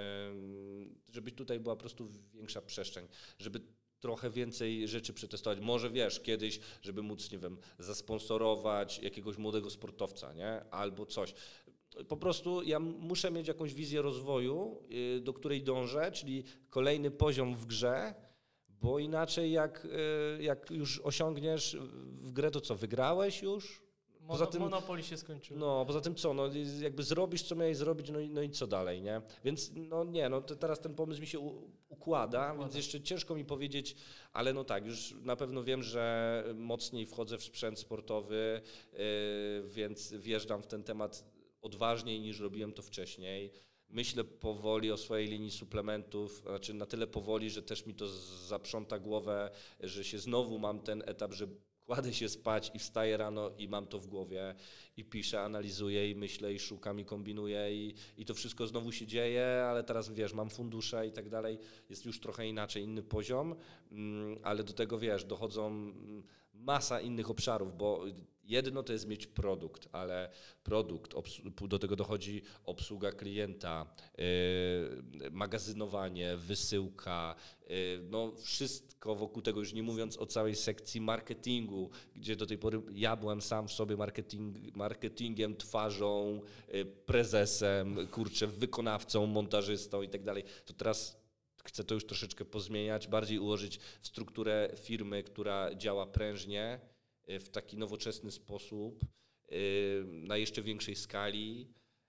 żeby tutaj była po prostu większa przestrzeń, żeby trochę więcej rzeczy przetestować. Może wiesz, kiedyś, żeby móc, nie wiem, zasponsorować jakiegoś młodego sportowca, nie? Albo coś. Po prostu ja muszę mieć jakąś wizję rozwoju, do której dążę, czyli kolejny poziom w grze, bo inaczej jak już osiągniesz w grę, to co, wygrałeś już? Poza tym, Monopoly się skończyło. No, poza tym co, no jakby zrobisz, co miałeś zrobić, no i co dalej, nie? Więc teraz ten pomysł mi się układa, więc jeszcze ciężko mi powiedzieć, ale no tak, już na pewno wiem, że mocniej wchodzę w sprzęt sportowy, więc wjeżdżam w ten temat odważniej niż robiłem to wcześniej. Myślę powoli o swojej linii suplementów, znaczy na tyle powoli, że też mi to zaprząta głowę, że się znowu mam ten etap, że kładę się spać i wstaję rano i mam to w głowie i piszę, analizuję i myślę i szukam i kombinuję i to wszystko znowu się dzieje, ale teraz wiesz, mam fundusze i tak dalej, jest już trochę inaczej, inny poziom, ale do tego wiesz, dochodzą masa innych obszarów, bo jedno to jest mieć produkt, ale produkt, do tego dochodzi obsługa klienta, magazynowanie, wysyłka, no wszystko wokół tego, już nie mówiąc o całej sekcji marketingu, gdzie do tej pory ja byłem sam w sobie marketingiem, twarzą, prezesem, wykonawcą, montażystą i tak dalej. To teraz chcę to już troszeczkę pozmieniać, bardziej ułożyć w strukturę firmy, która działa prężnie, w taki nowoczesny sposób, na jeszcze większej skali.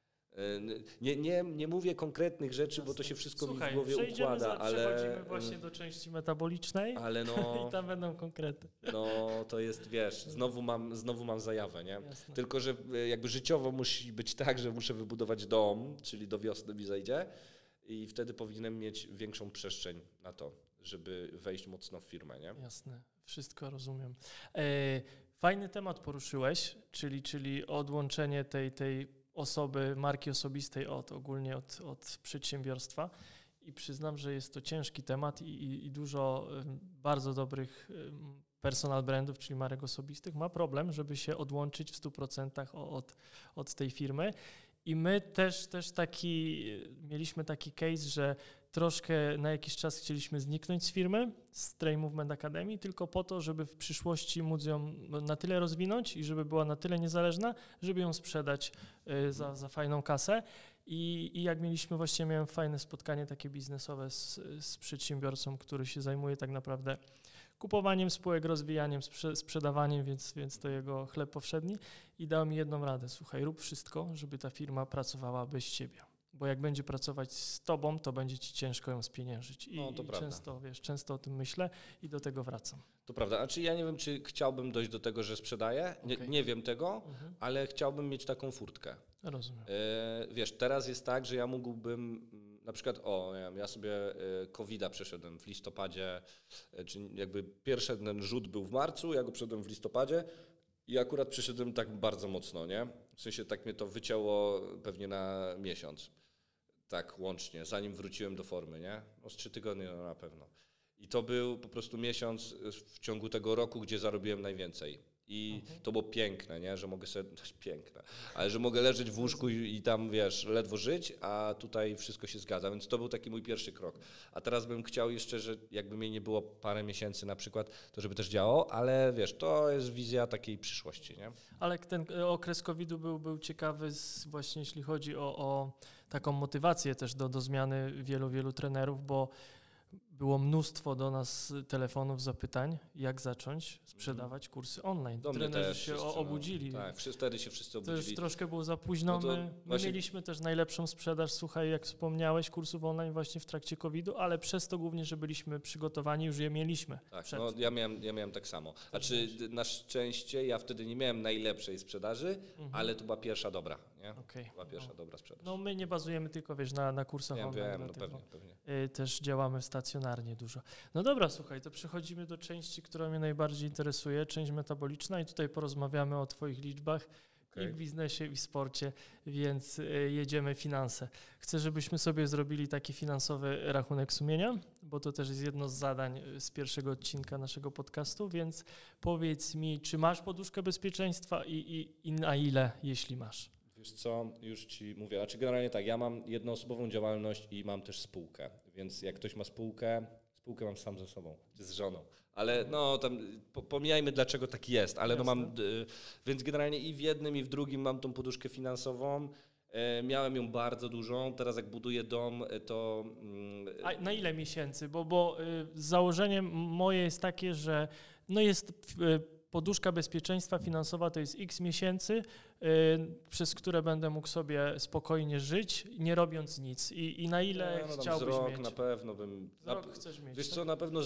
Nie mówię konkretnych rzeczy, jasne, bo to się wszystko mi w głowie układa, ale przechodzimy właśnie do części metabolicznej, ale i tam będą konkrety. No to jest, wiesz, znowu mam zajawę, nie? Jasne. Tylko że jakby życiowo musi być tak, że muszę wybudować dom, czyli do wiosny mi zajdzie i wtedy powinienem mieć większą przestrzeń na to, żeby wejść mocno w firmę, nie? Jasne, wszystko rozumiem. Fajny temat poruszyłeś, czyli odłączenie tej osoby, marki osobistej ogólnie od przedsiębiorstwa i przyznam, że jest to ciężki temat i dużo bardzo dobrych personal brandów, czyli marek osobistych ma problem, żeby się odłączyć w 100% od tej firmy. I my też mieliśmy taki case, że troszkę na jakiś czas chcieliśmy zniknąć z firmy, z Train Movement Academy, tylko po to, żeby w przyszłości móc ją na tyle rozwinąć i żeby była na tyle niezależna, żeby ją sprzedać za fajną kasę. I jak miałem fajne spotkanie takie biznesowe z przedsiębiorcą, który się zajmuje tak naprawdę kupowaniem spółek, rozwijaniem, sprzedawaniem, więc to jego chleb powszedni i dał mi jedną radę. Słuchaj, rób wszystko, żeby ta firma pracowała bez ciebie. Bo jak będzie pracować z tobą, to będzie ci ciężko ją spieniężyć. I często o tym myślę i do tego wracam. To prawda. Znaczy ja nie wiem, czy chciałbym dojść do tego, że sprzedaję. Nie wiem tego, ale chciałbym mieć taką furtkę. Rozumiem. Wiesz, teraz jest tak, że ja mógłbym na przykład, ja sobie COVID-a przeszedłem w listopadzie, czyli jakby pierwszy ten rzut był w marcu, ja go przeszedłem w listopadzie i akurat przeszedłem tak bardzo mocno, nie? W sensie tak mnie to wycięło pewnie na miesiąc, tak łącznie, zanim wróciłem do formy, nie? No z 3 tygodnie na pewno. I to był po prostu miesiąc w ciągu tego roku, gdzie zarobiłem najwięcej. I to było piękne, nie? Że mogę sobie, piękne, ale że mogę leżeć w łóżku i tam, wiesz, ledwo żyć, a tutaj wszystko się zgadza, więc to był taki mój pierwszy krok. A teraz bym chciał jeszcze, że jakby mnie nie było parę miesięcy na przykład, to żeby też działało, ale wiesz, to jest wizja takiej przyszłości, nie? Ale ten okres COVID-u był ciekawy właśnie jeśli chodzi o taką motywację też do zmiany wielu trenerów, bo było mnóstwo do nas telefonów, zapytań, jak zacząć sprzedawać kursy online. Do mnie Trenerzy też się wszyscy, obudzili. Tak, wtedy się wszyscy To obudzili. już troszkę było za późno. No to My właśnie- mieliśmy też najlepszą sprzedaż, słuchaj, jak wspomniałeś, kursów online właśnie w trakcie COVID-u, ale przez to głównie, że byliśmy przygotowani, już je mieliśmy. Tak, przed. no ja miałem tak samo. Znaczy na szczęście ja wtedy nie miałem najlepszej sprzedaży, ale to była pierwsza dobra, nie? Okej. To była pierwsza dobra sprzedaż. No my nie bazujemy tylko, wiesz, na kursach Wiem, online. no dlatego pewnie. Też działamy stacjonarnie dużo. No dobra, słuchaj, to przechodzimy do części, która mnie najbardziej interesuje, część metaboliczna i tutaj porozmawiamy o twoich liczbach i w biznesie, i w sporcie, więc jedziemy finanse. Chcę, żebyśmy sobie zrobili taki finansowy rachunek sumienia, bo to też jest jedno z zadań z pierwszego odcinka naszego podcastu, więc powiedz mi, czy masz poduszkę bezpieczeństwa i na ile, jeśli masz? Wiesz co, już ci mówię, znaczy generalnie tak, ja mam jednoosobową działalność i mam też spółkę, więc jak ktoś ma spółkę mam sam ze sobą, czy z żoną, ale no tam pomijajmy dlaczego tak jest, ale no mam, więc generalnie i w jednym i w drugim mam tą poduszkę finansową, miałem ją bardzo dużą, teraz jak buduję dom, to... A na ile miesięcy? Bo założenie moje jest takie, że no jest poduszka bezpieczeństwa finansowa, to jest x miesięcy, przez które będę mógł sobie spokojnie żyć, nie robiąc nic. I na ile chciałbyś rok mieć? Na pewno bym... Z rok chcesz mieć, Wiesz tak? co, na pewno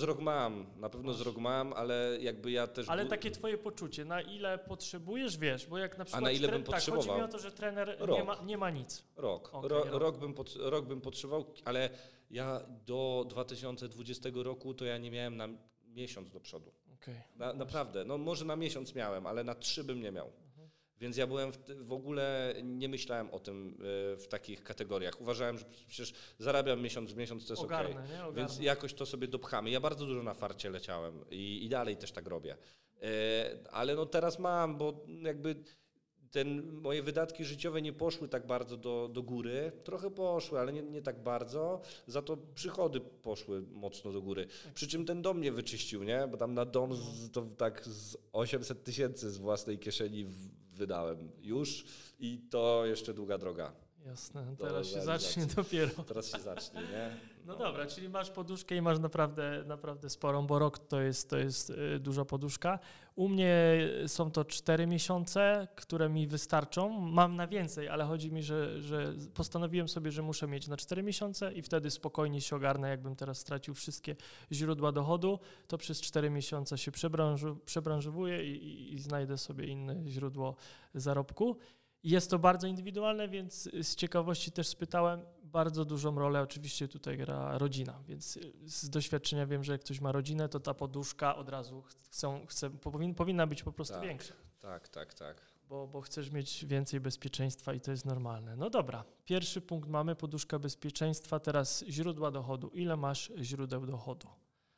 z rok mam, ale jakby ja też... Ale takie twoje poczucie, na ile potrzebujesz, wiesz, bo jak na przykład... A na ile bym tak, potrzebował? chodzi mi o to, że trener nie ma nic. Rok. Okay, Rok bym potrzebował, ale ja do 2020 roku to ja nie miałem na miesiąc do przodu. Okay. Naprawdę, no może na miesiąc miałem, ale na 3 bym nie miał. Więc ja byłem w ogóle nie myślałem o tym w takich kategoriach. Uważałem, że przecież zarabiam miesiąc w miesiąc, to jest okej. Więc jakoś to sobie dopchamy. Ja bardzo dużo na farcie leciałem i dalej też tak robię. Ale no teraz mam, bo jakby moje wydatki życiowe nie poszły tak bardzo do góry. Trochę poszły, ale nie tak bardzo. Za to przychody poszły mocno do góry. Przy czym ten dom mnie wyczyścił, nie? Bo tam na dom to tak z 800 tysięcy z własnej kieszeni wydałem już i to jeszcze długa droga. Jasne, teraz się zacznie dopiero. Teraz się zacznie, nie? No dobra, czyli masz poduszkę i masz naprawdę sporą, bo rok to jest duża poduszka. U mnie są to 4 miesiące, które mi wystarczą. Mam na więcej, ale chodzi mi, że postanowiłem sobie, że muszę mieć na 4 miesiące i wtedy spokojnie się ogarnę. Jakbym teraz stracił wszystkie źródła dochodu, to przez 4 miesiące się przebranżowuję i znajdę sobie inne źródło zarobku. Jest to bardzo indywidualne, więc z ciekawości też spytałem. Bardzo dużą rolę oczywiście tutaj gra rodzina, więc z doświadczenia wiem, że jak ktoś ma rodzinę, to ta poduszka od razu powinna być po prostu większa. Tak. Bo chcesz mieć więcej bezpieczeństwa i to jest normalne. No dobra, pierwszy punkt mamy, poduszka bezpieczeństwa, teraz źródła dochodu. Ile masz źródeł dochodu?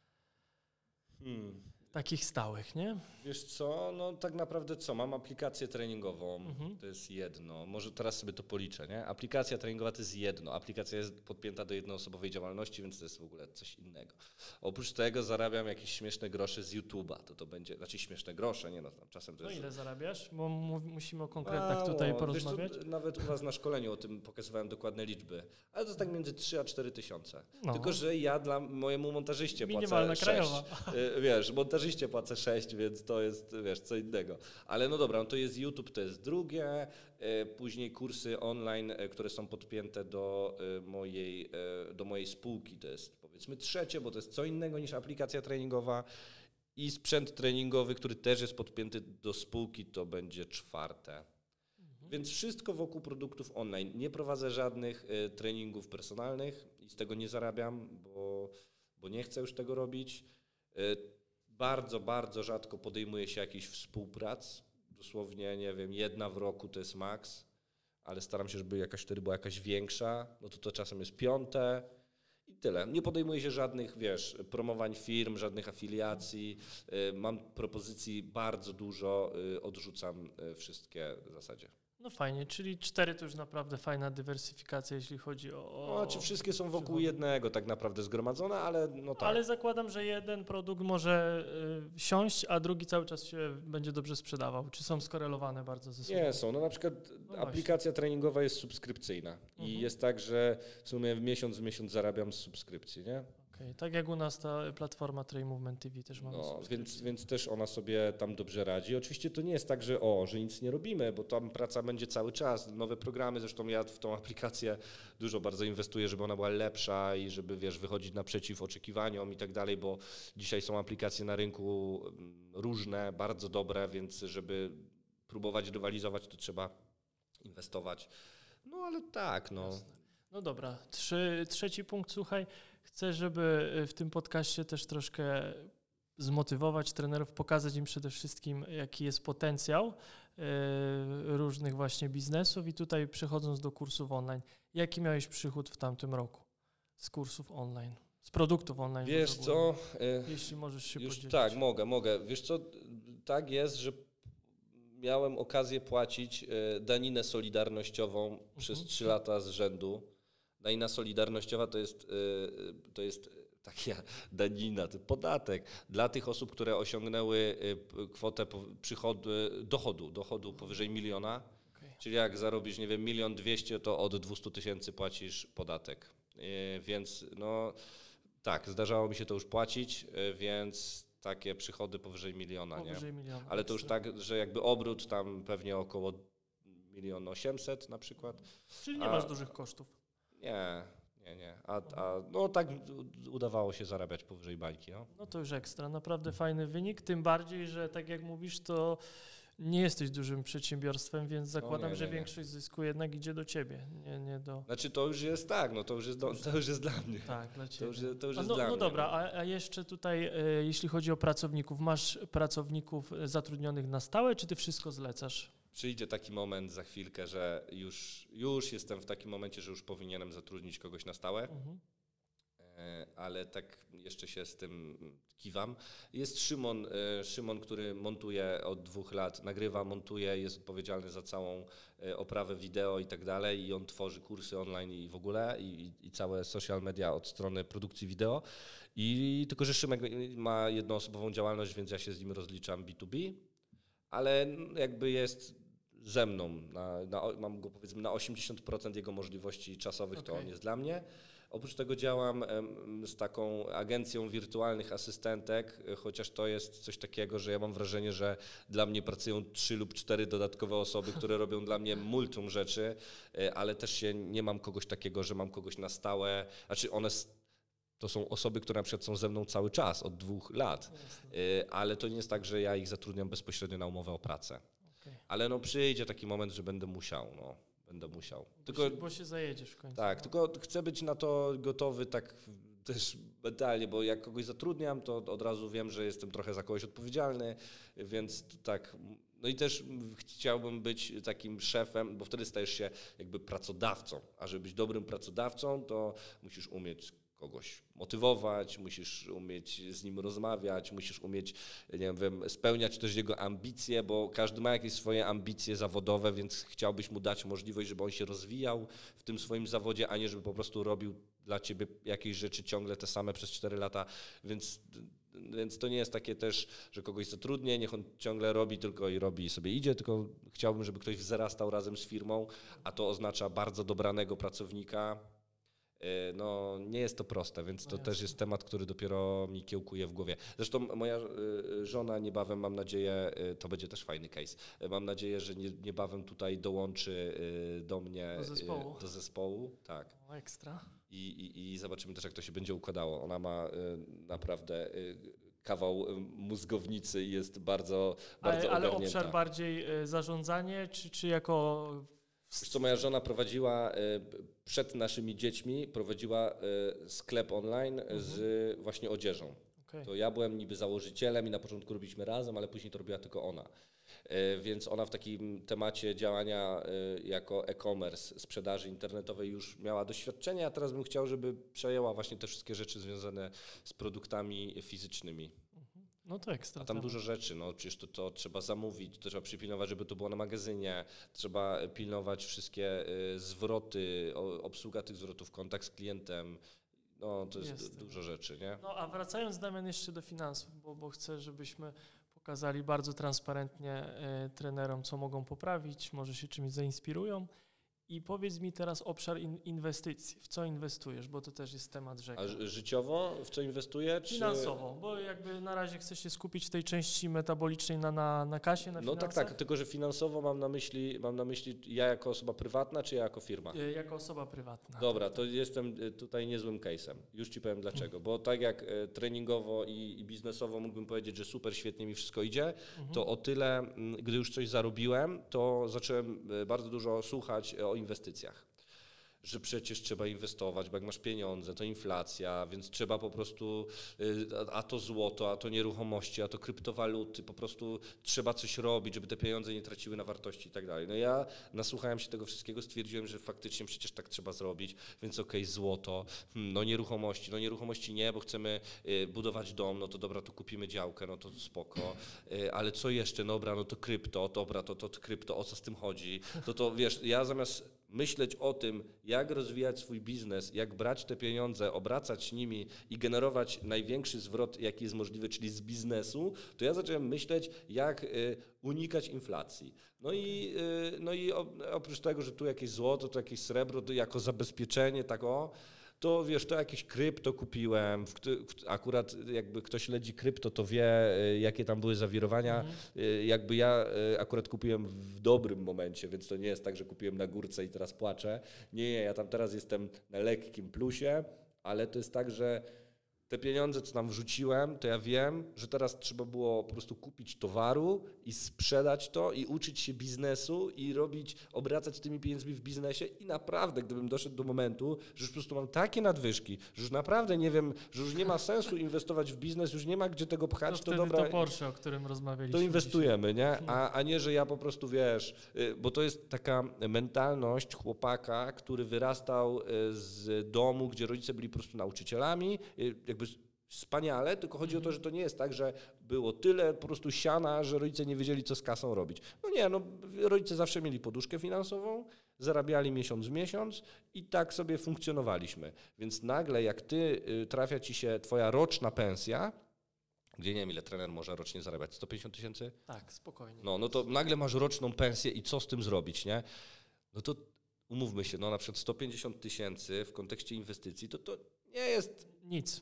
Takich stałych, nie? Wiesz co, no tak naprawdę co, mam aplikację treningową, to jest jedno, może teraz sobie to policzę, nie? Aplikacja treningowa to jest jedno, aplikacja jest podpięta do jednoosobowej działalności, więc to jest w ogóle coś innego. Oprócz tego zarabiam jakieś śmieszne grosze z YouTube'a, to będzie, znaczy śmieszne grosze, nie no, czasem to jest... ile zarabiasz? Bo musimy o konkretach tutaj porozmawiać. Wiesz co, nawet u was na szkoleniu o tym pokazywałem dokładne liczby, ale to tak między 3 a 4 tysiące. Tylko, że ja dla mojemu montażyście płacę 6. Krajowa. Wiesz, montażyście płacę 6, więc to jest, wiesz, co innego. Ale no dobra, no to jest YouTube, to jest drugie, później kursy online, które są podpięte do mojej spółki, to jest powiedzmy trzecie, bo to jest co innego niż aplikacja treningowa i sprzęt treningowy, który też jest podpięty do spółki, to będzie czwarte. Więc wszystko wokół produktów online. Nie prowadzę żadnych treningów personalnych i z tego nie zarabiam, bo nie chcę już tego robić. Bardzo, bardzo rzadko podejmuje się jakichś współprac. Dosłownie, nie wiem, 1 w roku to jest maks, ale staram się, żeby wtedy była jakaś większa. No to czasem jest 5 i tyle. Nie podejmuje się żadnych, wiesz, promowań firm, żadnych afiliacji. Mam propozycji bardzo dużo, odrzucam wszystkie w zasadzie. No fajnie, czyli 4 to już naprawdę fajna dywersyfikacja, jeśli chodzi o... Czy wszystkie są wokół jednego tak naprawdę zgromadzone, ale no tak. Ale zakładam, że jeden produkt może siąść, a drugi cały czas się będzie dobrze sprzedawał. Czy są skorelowane bardzo ze sobą? Nie są. No na przykład aplikacja treningowa jest subskrypcyjna i jest tak, że w sumie w miesiąc zarabiam z subskrypcji, nie? Okej. Tak jak u nas ta platforma Train Movement TV też mamy więc też ona sobie tam dobrze radzi. Oczywiście to nie jest tak, że nic nie robimy, bo tam praca będzie cały czas, nowe programy, zresztą ja w tą aplikację dużo bardzo inwestuję, żeby ona była lepsza i żeby, wychodzić naprzeciw oczekiwaniom i tak dalej, bo dzisiaj są aplikacje na rynku różne, bardzo dobre, więc żeby próbować rywalizować, to trzeba inwestować. No ale tak, no. Jasne. No dobra, trzeci punkt, słuchaj, chcę, żeby w tym podcaście też troszkę zmotywować trenerów, pokazać im przede wszystkim, jaki jest potencjał różnych właśnie biznesów i tutaj przechodząc do kursów online, jaki miałeś przychód w tamtym roku z kursów online, z produktów online? Wiesz co? Jeśli możesz się podzielić. Tak, mogę. Wiesz co, tak jest, że miałem okazję płacić daninę solidarnościową przez 3 lata z rzędu. Danina solidarnościowa to jest taka danina, to podatek dla tych osób, które osiągnęły kwotę dochodu powyżej 1 000 000. Okay. Czyli jak zarobisz, nie wiem, 1 200 000, to od 200 000 płacisz podatek. Więc no tak, zdarzało mi się to już płacić, więc takie przychody powyżej 1 000 000, powyżej nie? 1 000 000. Ale to już tak, że jakby obrót tam pewnie około 1 800 000 na przykład. Czyli nie masz dużych kosztów. Nie. No tak udawało się zarabiać powyżej bańki. No to już ekstra, naprawdę fajny wynik, tym bardziej, że tak jak mówisz, to nie jesteś dużym przedsiębiorstwem, więc zakładam, że większość zysku jednak idzie do ciebie, nie do... Znaczy to już jest tak, no to już jest dla mnie. Tak, dla ciebie. To już jest dla mnie. No dobra, a jeszcze tutaj, jeśli chodzi o pracowników, masz pracowników zatrudnionych na stałe, czy ty wszystko zlecasz? Przyjdzie taki moment za chwilkę, że już jestem w takim momencie, że już powinienem zatrudnić kogoś na stałe, ale tak jeszcze się z tym kiwam. Jest Szymon, który montuje od 2 lat, nagrywa, montuje, jest odpowiedzialny za całą oprawę wideo i tak dalej i on tworzy kursy online i w ogóle i całe social media od strony produkcji wideo. I tylko, że Szymek ma jednoosobową działalność, więc ja się z nim rozliczam B2B, ale jakby jest ze mną, mam go powiedzmy na 80% jego możliwości czasowych, to on jest dla mnie. Oprócz tego działam z taką agencją wirtualnych asystentek, chociaż to jest coś takiego, że ja mam wrażenie, że dla mnie pracują 3 lub 4 dodatkowe osoby, które robią dla mnie multum rzeczy, ale też nie mam kogoś takiego, że mam kogoś na stałe. Znaczy to są osoby, które na przykład są ze mną cały czas, od 2 lat, ale to nie jest tak, że ja ich zatrudniam bezpośrednio na umowę o pracę. Ale no przyjdzie taki moment, że będę musiał. Bo się zajedziesz w końcu. Tak, tylko chcę być na to gotowy tak też mentalnie, bo jak kogoś zatrudniam, to od razu wiem, że jestem trochę za kogoś odpowiedzialny, więc tak. No i też chciałbym być takim szefem, bo wtedy stajesz się jakby pracodawcą, a żeby być dobrym pracodawcą, to musisz umieć kogoś motywować, musisz umieć z nim rozmawiać, musisz umieć, nie wiem, spełniać też jego ambicje, bo każdy ma jakieś swoje ambicje zawodowe, więc chciałbyś mu dać możliwość, żeby on się rozwijał w tym swoim zawodzie, a nie żeby po prostu robił dla ciebie jakieś rzeczy ciągle te same przez 4 lata, więc to nie jest takie też, że kogoś zatrudnię, niech on ciągle robi tylko i robi i sobie idzie, tylko chciałbym, żeby ktoś wzrastał razem z firmą, a to oznacza bardzo dobranego pracownika. No nie jest to proste, więc to też jest temat, który dopiero mi kiełkuje w głowie. Zresztą moja żona niebawem, mam nadzieję, to będzie też fajny case, mam nadzieję, że niebawem tutaj dołączy do mnie do zespołu. Tak. O, ekstra. I zobaczymy też, jak to się będzie układało. Ona ma naprawdę kawał mózgownicy i jest bardzo Ale ogarnięta. obszar bardziej zarządzanie, czy jako... Wiesz co, moja żona prowadziła przed naszymi dziećmi, prowadziła sklep online z właśnie odzieżą. Okay. To ja byłem niby założycielem i na początku robiliśmy razem, ale później to robiła tylko ona. Więc ona w takim temacie działania jako e-commerce, sprzedaży internetowej już miała doświadczenie, a teraz bym chciał, żeby przejęła właśnie te wszystkie rzeczy związane z produktami fizycznymi. No to ekstra. A tam dużo rzeczy, no przecież to trzeba zamówić, to trzeba przypilnować, żeby to było na magazynie, trzeba pilnować wszystkie zwroty, obsługa tych zwrotów, kontakt z klientem, no to jest dużo rzeczy, nie? No a wracając, Damian, jeszcze do finansów, bo chcę, żebyśmy pokazali bardzo transparentnie trenerom, co mogą poprawić, może się czymś zainspirują I powiedz mi teraz obszar inwestycji. W co inwestujesz, bo to też jest temat rzeka. A życiowo w co inwestuję? Finansowo, bo jakby na razie chcesz się skupić w tej części metabolicznej na kasie, na No finansach? tak, tylko że finansowo mam na myśli ja jako osoba prywatna, czy ja jako firma? Jako osoba prywatna. Dobra, to jestem tutaj niezłym case'em. Już Ci powiem dlaczego. Bo tak jak treningowo i biznesowo mógłbym powiedzieć, że super, świetnie mi wszystko idzie, to o tyle, gdy już coś zarobiłem, to zacząłem bardzo dużo słuchać o inwestycjach. Że przecież trzeba inwestować, bo jak masz pieniądze, to inflacja, więc trzeba po prostu, a to złoto, a to nieruchomości, a to kryptowaluty, po prostu trzeba coś robić, żeby te pieniądze nie traciły na wartości i tak dalej. No ja nasłuchałem się tego wszystkiego, stwierdziłem, że faktycznie przecież tak trzeba zrobić, więc okej, złoto, no nieruchomości nie, bo chcemy budować dom, no to dobra, to kupimy działkę, no to spoko, ale co jeszcze, dobra, no to krypto, dobra, to krypto, o co z tym chodzi, to wiesz, ja zamiast myśleć o tym, jak rozwijać swój biznes, jak brać te pieniądze, obracać nimi i generować największy zwrot, jaki jest możliwy, czyli z biznesu, to ja zacząłem myśleć, jak unikać inflacji. No i oprócz tego, że tu jakieś złoto, tu jakieś srebro, to jako zabezpieczenie, tak to wiesz, to jakieś krypto kupiłem, akurat jakby ktoś śledzi krypto, to wie, jakie tam były zawirowania. Jakby ja akurat kupiłem w dobrym momencie, więc to nie jest tak, że kupiłem na górce i teraz płaczę. Nie, ja tam teraz jestem na lekkim plusie, ale to jest tak, że te pieniądze, co tam wrzuciłem, to ja wiem, że teraz trzeba było po prostu kupić towaru i sprzedać to i uczyć się biznesu i obracać tymi pieniędzmi w biznesie i naprawdę, gdybym doszedł do momentu, że już po prostu mam takie nadwyżki, że już naprawdę nie wiem, że już nie ma sensu inwestować w biznes, już nie ma gdzie tego pchać, to dobra. To Porsche, o którym rozmawialiśmy. To inwestujemy, nie? A nie, że ja po prostu, wiesz, bo to jest taka mentalność chłopaka, który wyrastał z domu, gdzie rodzice byli po prostu nauczycielami, jakby wspaniale, tylko chodzi o to, że to nie jest tak, że było tyle po prostu siana, że rodzice nie wiedzieli, co z kasą robić. No nie, rodzice zawsze mieli poduszkę finansową, zarabiali miesiąc w miesiąc i tak sobie funkcjonowaliśmy. Więc nagle jak trafia ci się twoja roczna pensja, gdzie nie wiem, ile trener może rocznie zarabiać, 150 000? Tak, spokojnie. No to nagle masz roczną pensję i co z tym zrobić, nie? No to umówmy się, no na przykład 150 000 w kontekście inwestycji, to nie jest... Nic.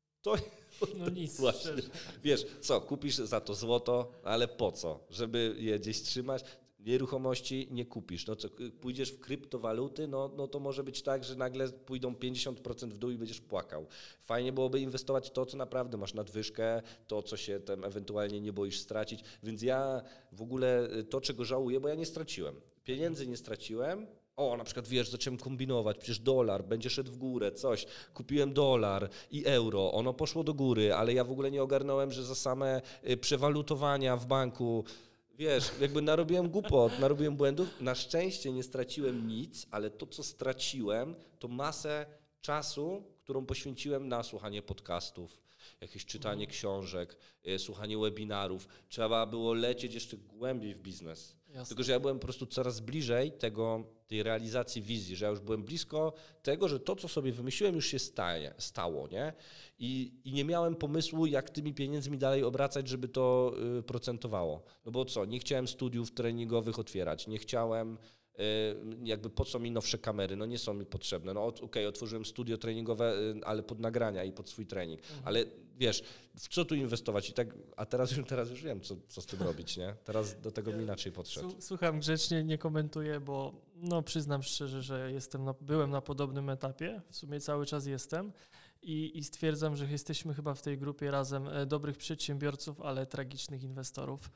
No nic. Właśnie. Wiesz, co, kupisz za to złoto, ale po co? Żeby je gdzieś trzymać? Nieruchomości nie kupisz. No co, pójdziesz w kryptowaluty, no to może być tak, że nagle pójdą 50% w dół i będziesz płakał. Fajnie byłoby inwestować w to, co naprawdę masz nadwyżkę, to, co się tam ewentualnie nie boisz stracić. Więc ja w ogóle to, czego żałuję, bo ja nie straciłem. Pieniędzy nie straciłem. Na przykład, wiesz, zacząłem kombinować, przecież dolar będzie szedł w górę, coś. Kupiłem dolar i euro, ono poszło do góry, ale ja w ogóle nie ogarnąłem, że za same przewalutowania w banku, wiesz, jakby narobiłem głupot, narobiłem błędów. Na szczęście nie straciłem nic, ale to, co straciłem, to masę czasu, którą poświęciłem na słuchanie podcastów, jakieś czytanie książek, słuchanie webinarów. Trzeba było lecieć jeszcze głębiej w biznes. Jasne. Tylko że ja byłem po prostu coraz bliżej tej realizacji wizji, że ja już byłem blisko tego, że to, co sobie wymyśliłem, już się stało, nie? I nie miałem pomysłu, jak tymi pieniędzmi dalej obracać, żeby to procentowało. No bo co, nie chciałem studiów treningowych otwierać, nie chciałem, jakby po co mi nowsze kamery, no nie są mi potrzebne. No okej, otworzyłem studio treningowe, ale pod nagrania i pod swój trening, ale wiesz, w co tu inwestować i tak, a teraz już wiem, co z tym robić, nie? Teraz do tego mi inaczej podszedł. Słucham grzecznie, nie komentuję, bo przyznam szczerze, że byłem na podobnym etapie, w sumie cały czas jestem i stwierdzam, że jesteśmy chyba w tej grupie razem dobrych przedsiębiorców, ale tragicznych inwestorów.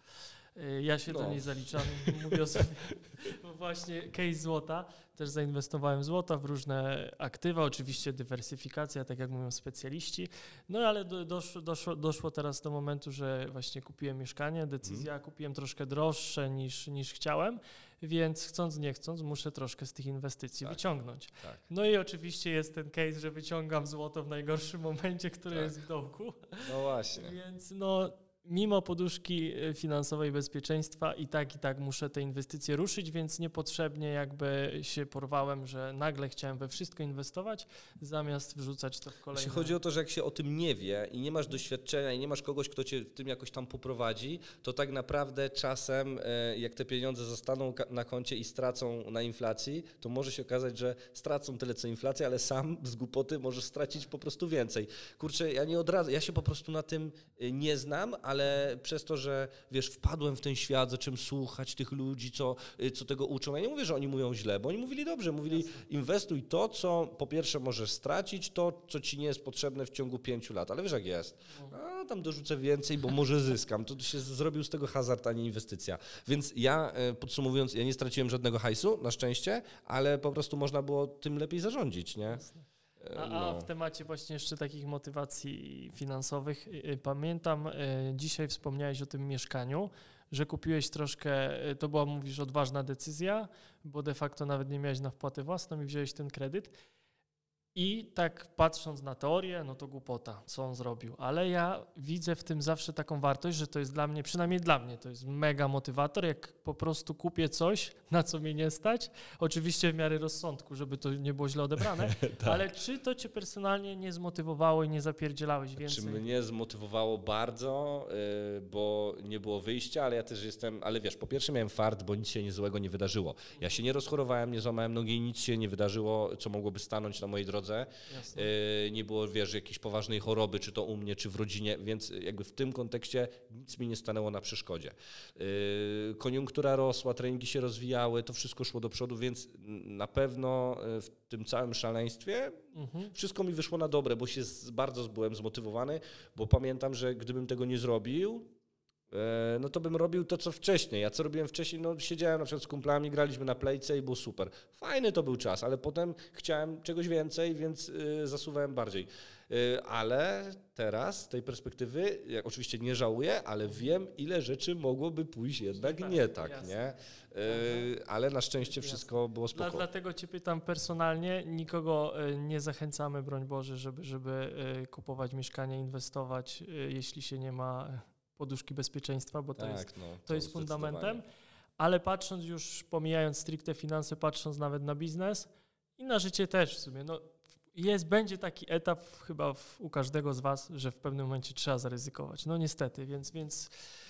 Ja się do niej zaliczam, mówię o sobie, bo właśnie case złota, też zainwestowałem złota w różne aktywa, oczywiście dywersyfikacja, tak jak mówią specjaliści, no ale doszło teraz do momentu, że właśnie kupiłem mieszkanie, decyzja, kupiłem troszkę droższe niż chciałem, więc chcąc nie chcąc muszę troszkę z tych inwestycji wyciągnąć. Tak. No i oczywiście jest ten case, że wyciągam złoto w najgorszym momencie, które jest w dołku. No właśnie. Więc mimo poduszki finansowej bezpieczeństwa i tak muszę te inwestycje ruszyć, więc niepotrzebnie jakby się porwałem, że nagle chciałem we wszystko inwestować, zamiast wrzucać to w kolejne... Jeśli chodzi o to, że jak się o tym nie wie i nie masz doświadczenia i nie masz kogoś, kto cię w tym jakoś tam poprowadzi, to tak naprawdę czasem jak te pieniądze zostaną na koncie i stracą na inflacji, to może się okazać, że stracą tyle co inflacja, ale sam z głupoty możesz stracić po prostu więcej. Kurczę, ja się po prostu na tym nie znam, ale przez to, że wiesz, wpadłem w ten świat, zacząłem słuchać tych ludzi, co tego uczą. Ja nie mówię, że oni mówią źle, bo oni mówili dobrze, mówili inwestuj to, co po pierwsze możesz stracić, to, co ci nie jest potrzebne w ciągu 5 lat. Ale wiesz jak jest, tam dorzucę więcej, bo może zyskam. To się zrobił z tego hazard, a nie inwestycja. Więc ja, podsumowując, ja nie straciłem żadnego hajsu, na szczęście, ale po prostu można było tym lepiej zarządzić, nie? A w temacie właśnie jeszcze takich motywacji finansowych, pamiętam, dzisiaj wspomniałeś o tym mieszkaniu, że kupiłeś troszkę, to była, mówisz, odważna decyzja, bo de facto nawet nie miałeś na wpłatę własną i wziąłeś ten kredyt. I tak patrząc na teorię, no to głupota, co on zrobił. Ale ja widzę w tym zawsze taką wartość, że to jest dla mnie, przynajmniej dla mnie, to jest mega motywator, jak po prostu kupię coś, na co mnie nie stać. Oczywiście w miarę rozsądku, żeby to nie było źle odebrane, tak. Ale czy to cię personalnie nie zmotywowało i nie zapierdzielałeś więcej? Czy mnie zmotywowało bardzo, bo nie było wyjścia, ale ja też ale wiesz, po pierwsze miałem fart, bo nic się złego nie wydarzyło. Ja się nie rozchorowałem, nie złamałem nogi, nic się nie wydarzyło, co mogłoby stanąć na mojej drodze. Jasne. Nie było, wiesz, jakiejś poważnej choroby, czy to u mnie, czy w rodzinie, więc jakby w tym kontekście nic mi nie stanęło na przeszkodzie. Koniunktura rosła, treningi się rozwijały, to wszystko szło do przodu, więc na pewno w tym całym szaleństwie wszystko mi wyszło na dobre, bo bardzo byłem zmotywowany, bo pamiętam, że gdybym tego nie zrobił, no to bym robił to, co wcześniej. Ja co robiłem wcześniej? No siedziałem na przykład z kumplami, graliśmy na Playce i było super. Fajny to był czas, ale potem chciałem czegoś więcej, więc zasuwałem bardziej. Ale teraz z tej perspektywy, ja oczywiście nie żałuję, ale wiem, ile rzeczy mogłoby pójść jednak nie tak, nie? Ale na szczęście wszystko było spoko. Dlatego cię pytam personalnie, nikogo nie zachęcamy, broń Boże, żeby kupować mieszkanie, inwestować, jeśli się nie ma poduszki bezpieczeństwa, bo to jest fundamentem, ale patrząc już, pomijając stricte finanse, patrząc nawet na biznes i na życie też w sumie, no będzie taki etap chyba u każdego z was, że w pewnym momencie trzeba zaryzykować. No niestety, więc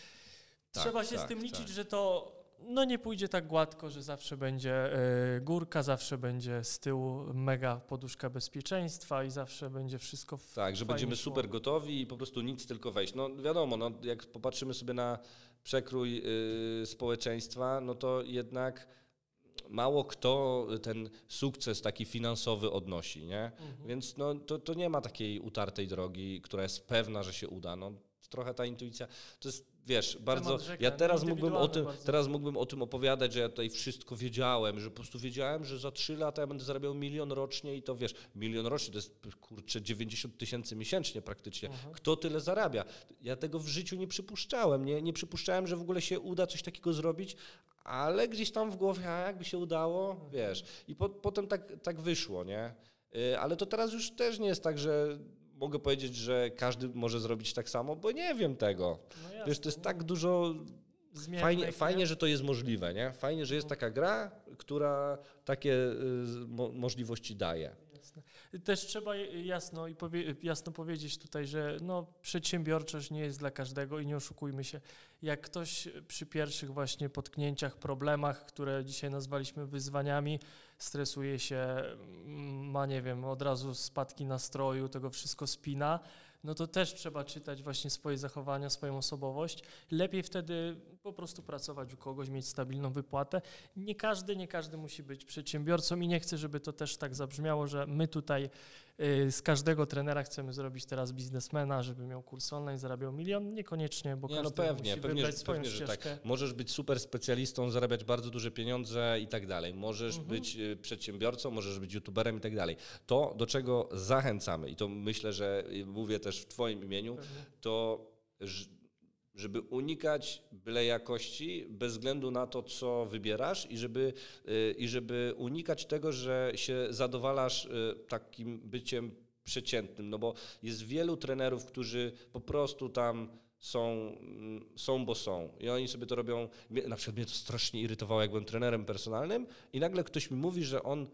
trzeba się z tym liczyć, że to nie pójdzie tak gładko, że zawsze będzie górka, zawsze będzie z tyłu mega poduszka bezpieczeństwa i zawsze będzie wszystko tak, że będziemy super gotowi i po prostu nic, tylko wejść. No wiadomo, jak popatrzymy sobie na przekrój społeczeństwa, no to jednak mało kto ten sukces taki finansowy odnosi, nie? Więc to nie ma takiej utartej drogi, która jest pewna, że się uda. No, trochę ta intuicja, to jest, wiesz, bardzo... Ja teraz mógłbym o tym opowiadać, że ja tutaj wszystko wiedziałem, że po prostu wiedziałem, że za 3 lata ja będę zarabiał 1 000 000 rocznie i to, wiesz, 1 000 000 rocznie to jest, kurczę, 90 000 miesięcznie praktycznie. Kto tyle zarabia? Ja tego w życiu nie przypuszczałem, nie przypuszczałem, że w ogóle się uda coś takiego zrobić, ale gdzieś tam w głowie, a jakby się udało, wiesz. I potem tak wyszło, nie? Ale to teraz już też nie jest tak, że mogę powiedzieć, że każdy może zrobić tak samo, bo nie wiem tego. No jasne, wiesz, to jest tak dużo... Fajnie, że to jest możliwe, nie? Fajnie, że jest taka gra, która takie możliwości daje. Też trzeba jasno powiedzieć tutaj, że przedsiębiorczość nie jest dla każdego i nie oszukujmy się. Jak ktoś przy pierwszych właśnie potknięciach, problemach, które dzisiaj nazwaliśmy wyzwaniami, stresuje się, ma, nie wiem, od razu spadki nastroju, tego wszystko spina, no to też trzeba czytać właśnie swoje zachowania, swoją osobowość. Lepiej wtedy po prostu pracować u kogoś, mieć stabilną wypłatę. Nie każdy musi być przedsiębiorcą i nie chcę, żeby to też tak zabrzmiało, że my tutaj z każdego trenera chcemy zrobić teraz biznesmena, żeby miał kurs online, zarabiał 1 000 000. Niekoniecznie, bo każdy musi wybrać swoją ścieżkę. Tak. Możesz być super specjalistą, zarabiać bardzo duże pieniądze i tak dalej. Możesz być przedsiębiorcą, możesz być youtuberem i tak dalej. To, do czego zachęcamy i to myślę, że mówię też w twoim imieniu, to żeby unikać byle jakości bez względu na to, co wybierasz i żeby unikać tego, że się zadowalasz takim byciem przeciętnym, no bo jest wielu trenerów, którzy po prostu tam są, bo są. I oni sobie to robią. Na przykład mnie to strasznie irytowało, jak byłem trenerem personalnym i nagle ktoś mi mówi, że on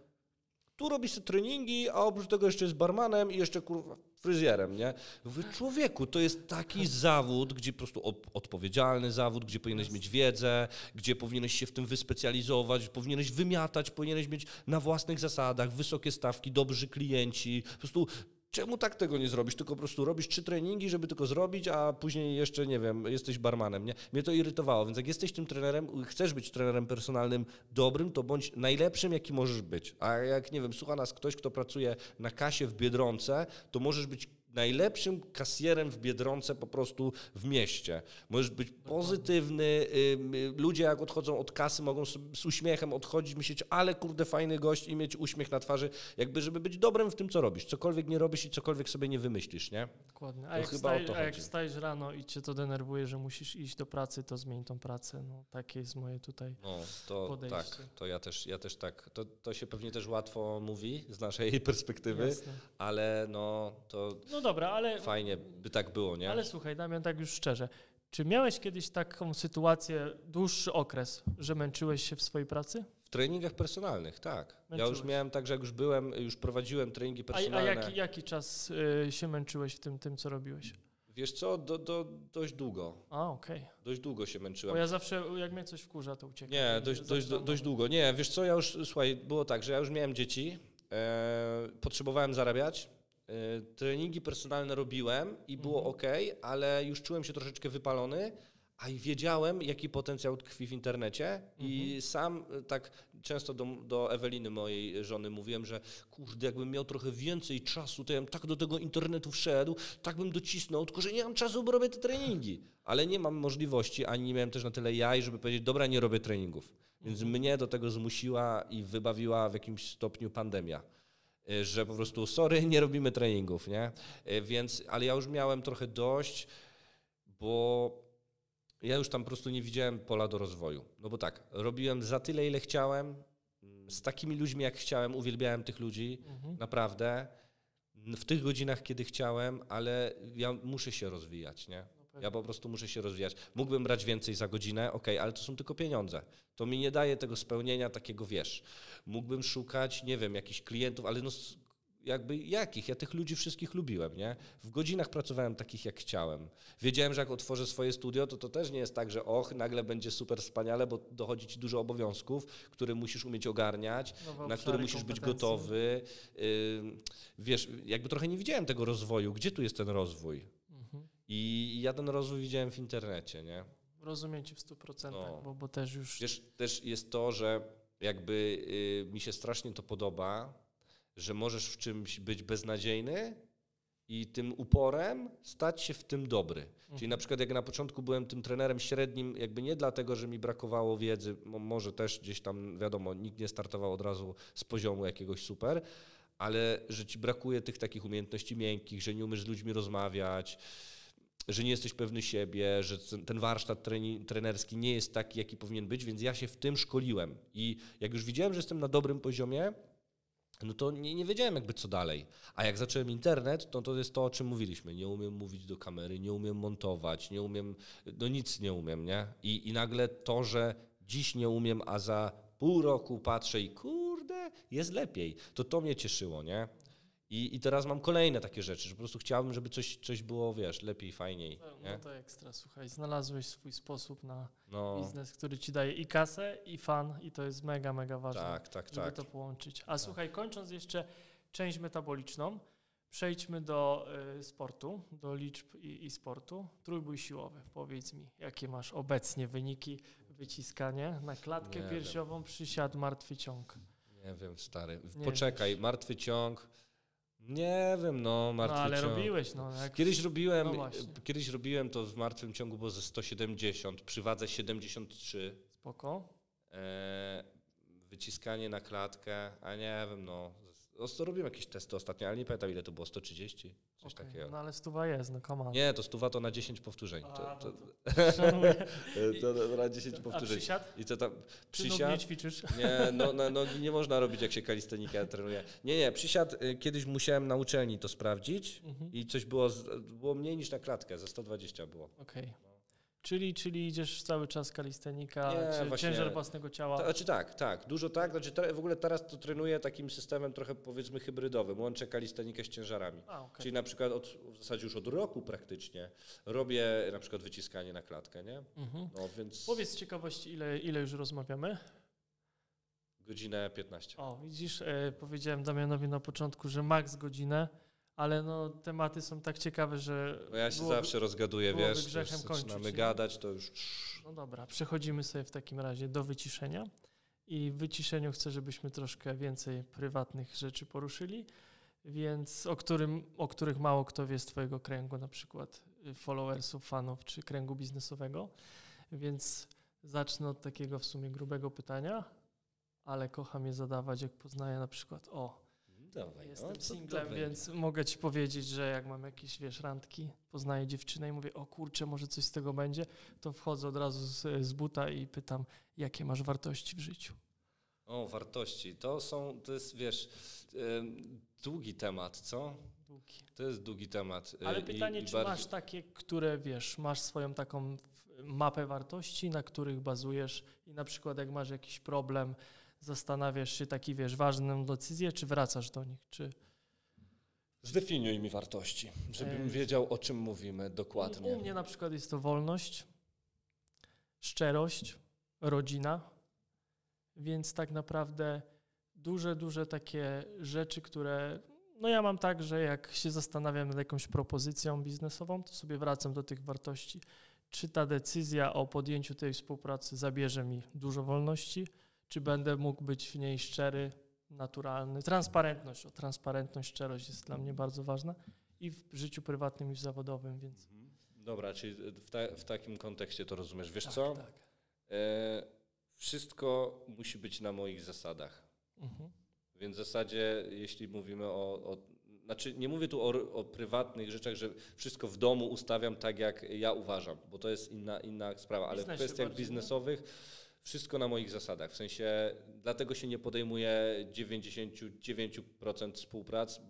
tu robi sobie treningi, a oprócz tego jeszcze jest barmanem i jeszcze kurwa fryzjerem, nie? Mówię, człowieku, to jest taki zawód, gdzie po prostu odpowiedzialny zawód, gdzie powinieneś mieć wiedzę, gdzie powinieneś się w tym wyspecjalizować, powinieneś wymiatać, powinieneś mieć na własnych zasadach, wysokie stawki, dobrzy klienci, po prostu czemu tak tego nie zrobisz? Tylko po prostu robisz 3 treningi, żeby tylko zrobić, a później jeszcze, nie wiem, jesteś barmanem, nie? Mnie to irytowało, więc jak jesteś tym trenerem, chcesz być trenerem personalnym dobrym, to bądź najlepszym, jaki możesz być. A jak, nie wiem, słucha nas ktoś, kto pracuje na kasie w Biedronce, to możesz być najlepszym kasjerem w Biedronce po prostu w mieście. Możesz być pozytywny, ludzie jak odchodzą od kasy mogą z uśmiechem odchodzić, myśleć, ale kurde fajny gość i mieć uśmiech na twarzy, jakby żeby być dobrym w tym, co robisz. Cokolwiek nie robisz i cokolwiek sobie nie wymyślisz, nie? Dokładnie. A jak wstajesz rano i cię to denerwuje, że musisz iść do pracy, to zmień tą pracę. No, takie jest moje tutaj podejście. Tak, to ja też tak. To się pewnie też łatwo mówi z naszej perspektywy, jasne. Ale no dobra, ale fajnie by tak było, nie? Ale słuchaj, Damian, tak już szczerze, czy miałeś kiedyś taką sytuację, dłuższy okres, że męczyłeś się w swojej pracy? W treningach personalnych, tak. Ja już miałem tak, że jak już prowadziłem treningi personalne. A jaki czas się męczyłeś w tym, co robiłeś? Wiesz co, dość długo. Okej. Dość długo się męczyłem. Bo ja zawsze, jak mnie coś wkurza, to uciekam. Nie, dość długo. Nie, wiesz co, słuchaj, było tak, że ja już miałem dzieci, potrzebowałem zarabiać. Treningi personalne robiłem i było ok, ale już czułem się troszeczkę wypalony, a i wiedziałem, jaki potencjał tkwi w internecie i sam tak często do Eweliny, mojej żony, mówiłem, że kurde, jakbym miał trochę więcej czasu, to ja bym tak do tego internetu wszedł, tak bym docisnął, tylko że nie mam czasu, bo robię te treningi. Ale nie mam możliwości, ani nie miałem też na tyle jaj, żeby powiedzieć, dobra, nie robię treningów. Więc mnie do tego zmusiła i wybawiła w jakimś stopniu pandemia. Że po prostu sorry, nie robimy treningów, nie? Więc, ale ja już miałem trochę dość, bo ja już tam po prostu nie widziałem pola do rozwoju. No bo tak, robiłem za tyle, ile chciałem, z takimi ludźmi, jak chciałem, uwielbiałem tych ludzi, naprawdę, w tych godzinach, kiedy chciałem, ale ja muszę się rozwijać, nie? Ja po prostu muszę się rozwijać. Mógłbym brać więcej za godzinę, ale to są tylko pieniądze. To mi nie daje tego spełnienia takiego, wiesz. Mógłbym szukać, nie wiem, jakichś klientów, ale no jakby jakich? Ja tych ludzi wszystkich lubiłem, nie? W godzinach pracowałem takich, jak chciałem. Wiedziałem, że jak otworzę swoje studio, to też nie jest tak, że nagle będzie super wspaniale, bo dochodzi ci dużo obowiązków, które musisz umieć ogarniać, na które musisz być gotowy. Wiesz, jakby trochę nie widziałem tego rozwoju. Gdzie tu jest ten rozwój? I ja ten rozwój widziałem w internecie, nie? Rozumiem cię w 100%, bo też już... Wiesz, też jest to, że jakby mi się strasznie to podoba, że możesz w czymś być beznadziejny i tym uporem stać się w tym dobry. Czyli na przykład jak na początku byłem tym trenerem średnim, jakby nie dlatego, że mi brakowało wiedzy, może też gdzieś tam, wiadomo, nikt nie startował od razu z poziomu jakiegoś super, ale że ci brakuje tych takich umiejętności miękkich, że nie umiesz z ludźmi rozmawiać, że nie jesteś pewny siebie, że ten warsztat trenerski nie jest taki, jaki powinien być, więc ja się w tym szkoliłem. I jak już widziałem, że jestem na dobrym poziomie, no to nie wiedziałem jakby co dalej. A jak zacząłem internet, to jest to, o czym mówiliśmy. Nie umiem mówić do kamery, nie umiem montować, nic nie umiem, nie? I nagle to, że dziś nie umiem, a za pół roku patrzę i kurde, jest lepiej. To mnie cieszyło, nie? I teraz mam kolejne takie rzeczy, że po prostu chciałbym, żeby coś było, wiesz, lepiej, fajniej. No to ekstra, słuchaj, znalazłeś swój sposób na biznes, który ci daje i kasę, i fan, i to jest mega, mega ważne, żeby to połączyć. A słuchaj, kończąc jeszcze część metaboliczną, przejdźmy do sportu, do liczb i sportu. Trójbój siłowy, powiedz mi, jakie masz obecnie wyniki, wyciskanie na klatkę piersiową, przysiad, martwy ciąg. Nie wiem, stary, poczekaj, martwy ciąg... Nie wiem, martwy ciąg. Ale robiłeś, Kiedyś robiłem to w martwym ciągu, było ze 170, przy wadze 73. Spoko. Wyciskanie na klatkę, a nie wiem, Robiłem jakieś testy ostatnio, ale nie pamiętam ile to było, 130, coś takiego. No ale 100 jest, no come on. Nie, to 100 to na 10 powtórzeń. Szanuję. To na 10 powtórzeń. A przysiad? I co tam? Czy nogi nie ćwiczysz? Nie, na nogi nie można robić, jak się kalistenikę trenuje. Nie, przysiad kiedyś musiałem na uczelni to sprawdzić i coś było mniej niż na klatkę, ze 120 było. Okej. Czyli idziesz cały czas kalistenika, Nie, czy właśnie, ciężar własnego ciała? Znaczy tak, dużo tak. Znaczy w ogóle teraz to trenuję takim systemem trochę powiedzmy hybrydowym. Łączę kalistenikę z ciężarami. Czyli na przykład w zasadzie już od roku praktycznie robię na przykład wyciskanie na klatkę, nie? No, więc... Powiedz z ciekawości, ile już rozmawiamy? Godzinę 15. O, widzisz, powiedziałem Damianowi na początku, że maks godzinę, ale no tematy są tak ciekawe, że... No ja się zawsze rozgaduję, wiesz, grzechem zaczynamy gadać, to już... No dobra, przechodzimy sobie w takim razie do wyciszenia i w wyciszeniu chcę, żebyśmy troszkę więcej prywatnych rzeczy poruszyli, więc o których mało kto wie z twojego kręgu, na przykład followersów, fanów czy kręgu biznesowego, więc zacznę od takiego w sumie grubego pytania, ale kocham je zadawać, jak poznaję na przykład, Dawaj, jestem singlem, więc mogę ci powiedzieć, że jak mam jakieś, randki, poznaję dziewczynę i mówię, o kurczę, może coś z tego będzie, to wchodzę od razu z buta i pytam, jakie masz wartości w życiu? O, wartości. To jest, wiesz, długi temat, co? Długi. To jest długi temat. Ale pytanie, czy masz takie, które, masz swoją taką mapę wartości, na których bazujesz i na przykład jak masz jakiś problem, zastanawiasz się taki, ważną decyzję, czy wracasz do nich, czy... Zdefiniuj mi wartości, żebym wiedział, o czym mówimy dokładnie. U mnie na przykład jest to wolność, szczerość, rodzina, więc tak naprawdę duże takie rzeczy, które... No ja mam tak, że jak się zastanawiam nad jakąś propozycją biznesową, to sobie wracam do tych wartości. Czy ta decyzja o podjęciu tej współpracy zabierze mi dużo wolności, czy będę mógł być w niej szczery, naturalny. Transparentność, szczerość jest dla mnie bardzo ważna i w życiu prywatnym, i w zawodowym, więc... Dobra, czyli w takim kontekście to rozumiesz. Wiesz tak, co? Tak. Wszystko musi być na moich zasadach. Więc w zasadzie, jeśli mówimy znaczy nie mówię tu o prywatnych rzeczach, że wszystko w domu ustawiam tak, jak ja uważam, bo to jest inna sprawa, ale w kwestiach biznesowych wszystko na moich zasadach. W sensie dlatego się nie podejmuję 99% współprac,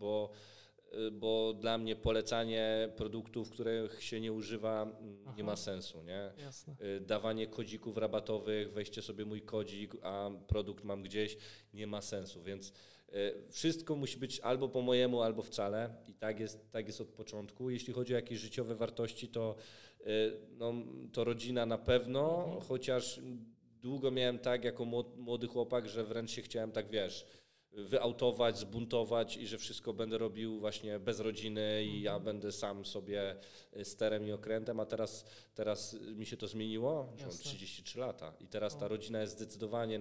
bo dla mnie polecanie produktów, których się nie używa, nie ma sensu, nie? Jasne. Dawanie kodzików rabatowych, weźcie sobie mój kodzik, a produkt mam gdzieś, nie ma sensu, więc wszystko musi być albo po mojemu, albo wcale i tak jest od początku. Jeśli chodzi o jakieś życiowe wartości, to rodzina na pewno, chociaż długo miałem tak jako młody chłopak, że wręcz się chciałem tak, wyautować, zbuntować i że wszystko będę robił właśnie bez rodziny i ja będę sam sobie sterem i okrętem, a teraz mi się to zmieniło, że mam 33 lata i teraz ta rodzina jest zdecydowanie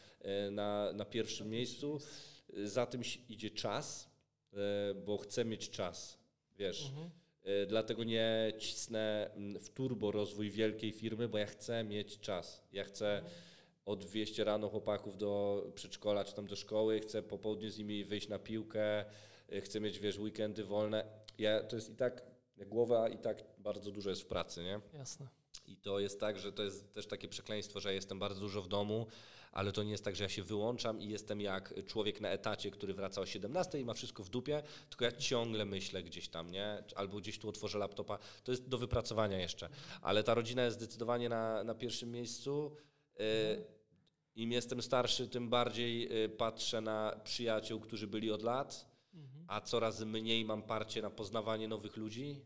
na pierwszym miejscu. Za tym idzie czas, bo chcę mieć czas, wiesz. Dlatego nie cisnę w turbo rozwój wielkiej firmy, bo ja chcę mieć czas. Ja chcę odwieźć rano chłopaków do przedszkola czy tam do szkoły, chcę po południu z nimi wyjść na piłkę, chcę mieć, weekendy wolne. To jest i tak, głowa i tak bardzo dużo jest w pracy, nie? Jasne. I to jest tak, że to jest też takie przekleństwo, że jestem bardzo dużo w domu, ale to nie jest tak, że ja się wyłączam i jestem jak człowiek na etacie, który wraca o 17 i ma wszystko w dupie, tylko ja ciągle myślę gdzieś tam, nie? Albo gdzieś tu otworzę laptopa. To jest do wypracowania jeszcze. Ale ta rodzina jest zdecydowanie na pierwszym miejscu. Im jestem starszy, tym bardziej patrzę na przyjaciół, którzy byli od lat, a coraz mniej mam parcie na poznawanie nowych ludzi,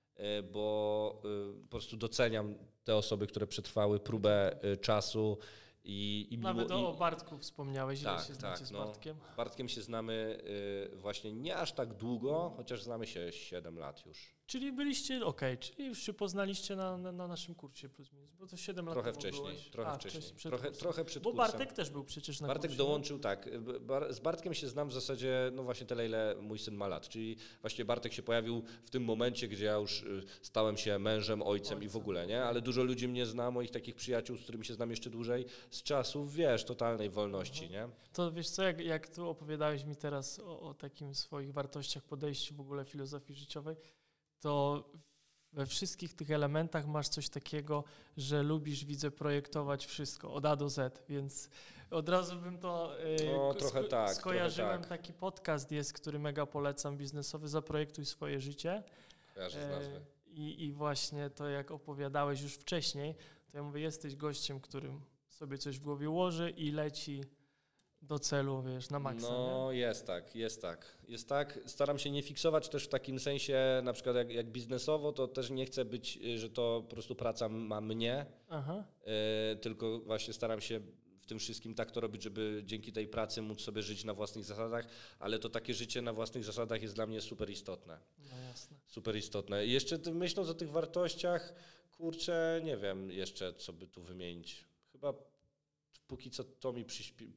bo po prostu doceniam te osoby, które przetrwały próbę czasu. Nawet o Bartku wspomniałeś, ile się znacie z Bartkiem? Z Bartkiem się znamy właśnie nie aż tak długo, chociaż znamy się 7 lat już. Czyli byliście, czyli już się poznaliście na naszym kursie plus minus, bo to 7 lat Trochę temu wcześniej, byłeś. trochę wcześniej. Przed Trochę przed Bo kursem. Bartek też był przecież na Bartek kursie. dołączył, tak. Z Bartkiem się znam w zasadzie, no właśnie tyle, ile mój syn ma lat. Czyli właśnie Bartek się pojawił w tym momencie, gdzie ja już stałem się mężem, ojcem i w ogóle, nie? Ale dużo ludzi mnie zna, moich takich przyjaciół, z którymi się znam jeszcze dłużej, z czasów, wiesz, totalnej wolności, nie? To wiesz co, jak tu opowiadałeś mi teraz o takim swoich wartościach, podejściu w ogóle filozofii życiowej, to we wszystkich tych elementach masz coś takiego, że lubisz, widzę, projektować wszystko od A do Z, więc od razu bym to skojarzyłem. Tak. Taki podcast jest, który mega polecam, biznesowy, Zaprojektuj swoje życie. Kojarzę z nazwy. I właśnie to, jak opowiadałeś już wcześniej, to ja mówię, jesteś gościem, którym sobie coś w głowie ułoży i leci do celu, wiesz, na maksa. No nie? Jest tak. Staram się nie fiksować też w takim sensie, na przykład jak biznesowo, to też nie chcę być, że to po prostu praca ma mnie, tylko właśnie staram się w tym wszystkim tak to robić, żeby dzięki tej pracy móc sobie żyć na własnych zasadach, ale to takie życie na własnych zasadach jest dla mnie super istotne. No jasne. Super istotne. I jeszcze myśląc o tych wartościach, kurczę, nie wiem jeszcze, co by tu wymienić. Chyba póki co to mi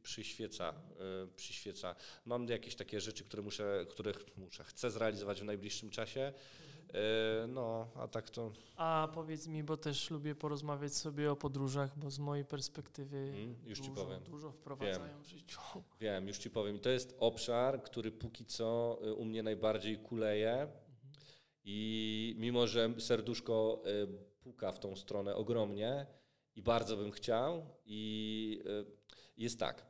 przyświeca. Mam jakieś takie rzeczy, które chcę zrealizować w najbliższym czasie. No, a tak to... A powiedz mi, bo też lubię porozmawiać sobie o podróżach, bo z mojej perspektywy dużo wprowadzają w życiu. Wiem, już ci powiem. I to jest obszar, który póki co u mnie najbardziej kuleje. I mimo, że serduszko puka w tą stronę ogromnie i bardzo bym chciał, i jest tak,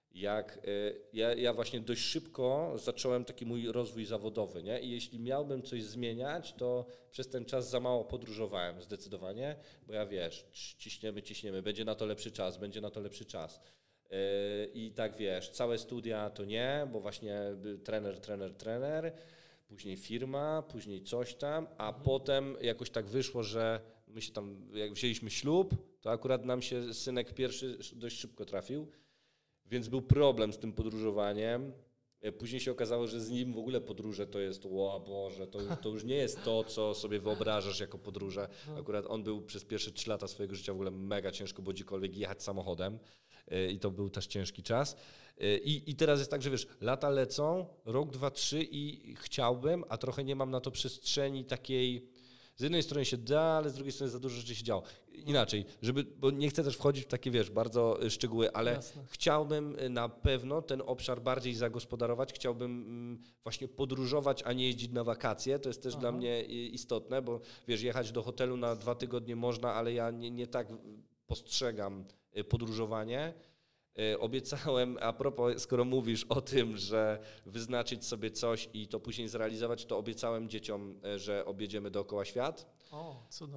ja właśnie dość szybko zacząłem taki mój rozwój zawodowy, nie? I jeśli miałbym coś zmieniać, to przez ten czas za mało podróżowałem zdecydowanie, bo ja wiesz, ciśniemy, będzie na to lepszy czas. I tak wiesz, całe studia to nie, bo właśnie trener, później firma, później coś tam, a potem jakoś tak wyszło, że my się tam, jak wzięliśmy ślub, to akurat nam się synek pierwszy dość szybko trafił, więc był problem z tym podróżowaniem. Później się okazało, że z nim w ogóle podróże to jest, o Boże, to już nie jest to, co sobie wyobrażasz jako podróże. Akurat on był przez pierwsze 3 lata swojego życia w ogóle mega ciężko było gdziekolwiek jechać samochodem i to był też ciężki czas. I teraz jest tak, że wiesz, lata lecą, rok, 2, 3 i chciałbym, a trochę nie mam na to przestrzeni takiej. Z jednej strony się da, ale z drugiej strony za dużo rzeczy się działo. Inaczej, bo nie chcę też wchodzić w takie, wiesz, bardzo szczegóły, ale chciałbym na pewno ten obszar bardziej zagospodarować. Chciałbym właśnie podróżować, a nie jeździć na wakacje. To jest też dla mnie istotne, bo wiesz, jechać do hotelu na 2 tygodnie można, ale ja nie tak postrzegam podróżowanie. Obiecałem, a propos, skoro mówisz o tym, że wyznaczyć sobie coś i to później zrealizować, to obiecałem dzieciom, że objedziemy dookoła świat. O, cudo.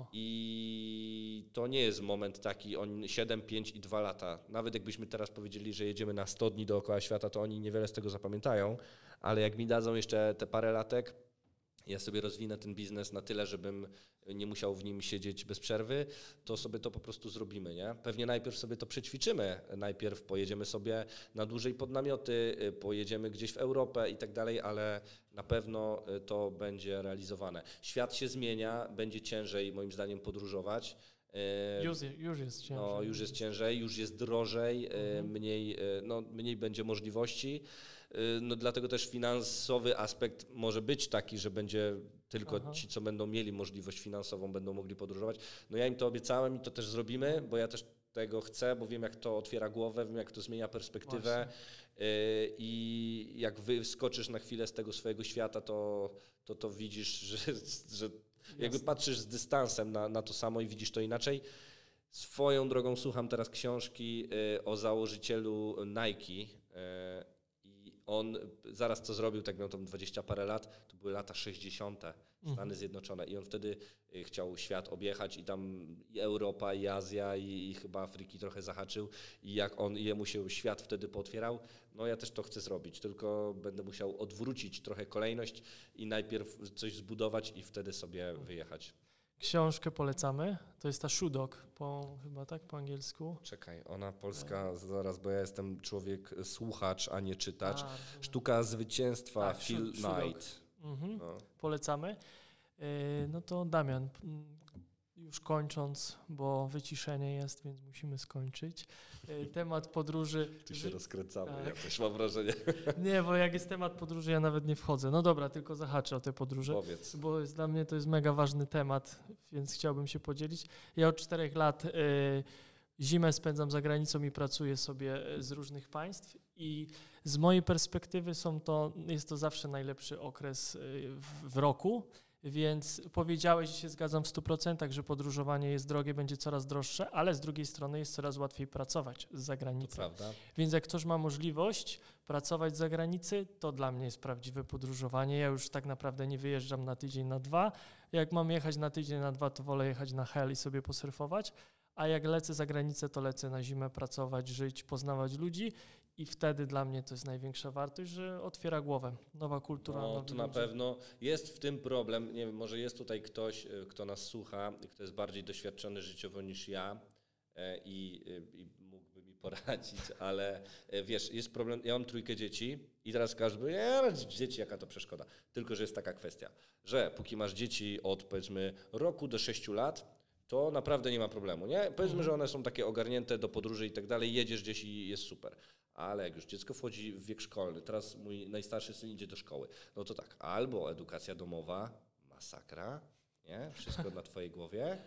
I to nie jest moment taki, 7, 5 i 2 lata. Nawet jakbyśmy teraz powiedzieli, że jedziemy na 100 dni dookoła świata, to oni niewiele z tego zapamiętają, ale jak mi dadzą jeszcze te parę latek, ja sobie rozwinę ten biznes na tyle, żebym nie musiał w nim siedzieć bez przerwy, to sobie to po prostu zrobimy, nie? Pewnie najpierw sobie to przećwiczymy, najpierw pojedziemy sobie na dłużej pod namioty, pojedziemy gdzieś w Europę i tak dalej, ale na pewno to będzie realizowane. Świat się zmienia, będzie ciężej moim zdaniem podróżować. Już jest ciężej. No, już jest ciężej, już jest drożej, mniej będzie możliwości. No, dlatego też finansowy aspekt może być taki, że będzie tylko ci, co będą mieli możliwość finansową, będą mogli podróżować. No ja im to obiecałem i to też zrobimy, bo ja też tego chcę, bo wiem, jak to otwiera głowę, wiem, jak to zmienia perspektywę. I jak wyskoczysz na chwilę z tego swojego świata, to widzisz, że jakby patrzysz z dystansem na to samo i widzisz to inaczej. Swoją drogą słucham teraz książki o założycielu Nike. On zaraz co zrobił, tak miał tam 20 parę lat, to były lata 60. Stany Zjednoczone i on wtedy chciał świat objechać i tam i Europa, i Azja, i chyba Afryki trochę zahaczył i jak jemu się świat wtedy pootwierał, no ja też to chcę zrobić, tylko będę musiał odwrócić trochę kolejność i najpierw coś zbudować i wtedy sobie wyjechać. Książkę polecamy, to jest ta Shoe Dog, chyba tak po angielsku. Czekaj, ona polska, zaraz, bo ja jestem słuchacz, a nie czytacz. Sztuka zwycięstwa, Phil Knight. Polecamy. No to Damian, już kończąc, bo wyciszenie jest, więc musimy skończyć. Temat podróży... Tu się rozkręcamy, tak. ja też mam wrażenie. Nie, bo jak jest temat podróży, ja nawet nie wchodzę. No dobra, tylko zahaczę o te podróże, Powiedz. bo dla mnie to jest mega ważny temat, więc chciałbym się podzielić. Ja od 4 lat zimę spędzam za granicą i pracuję sobie z różnych państw i z mojej perspektywy jest to zawsze najlepszy okres w roku. Więc powiedziałeś, i się zgadzam w 100%, że podróżowanie jest drogie, będzie coraz droższe, ale z drugiej strony jest coraz łatwiej pracować z zagranicy. To prawda. Więc jak ktoś ma możliwość pracować z zagranicy, to dla mnie jest prawdziwe podróżowanie. Ja już tak naprawdę nie wyjeżdżam na tydzień, na 2. Jak mam jechać na tydzień, na 2, to wolę jechać na hel i sobie posurfować. A jak lecę za granicę, to lecę na zimę pracować, żyć, poznawać ludzi. I wtedy dla mnie to jest największa wartość, że otwiera głowę. Nowa kultura, No, nowi to na ludzie. pewno jest w tym problem. Nie wiem, może jest tutaj ktoś, kto nas słucha, kto jest bardziej doświadczony życiowo niż ja i mógłby mi poradzić, ale wiesz, jest problem. Ja mam 3 dzieci i teraz każdy mówi, dzieci, jaka to przeszkoda. Tylko że jest taka kwestia, że póki masz dzieci od powiedzmy roku do 6 lat, to naprawdę nie ma problemu, nie? Powiedzmy, że one są takie ogarnięte do podróży i tak dalej, jedziesz gdzieś i jest super. Ale jak już dziecko wchodzi w wiek szkolny, teraz mój najstarszy syn idzie do szkoły, no to tak, albo edukacja domowa, masakra, nie? Wszystko na twojej głowie,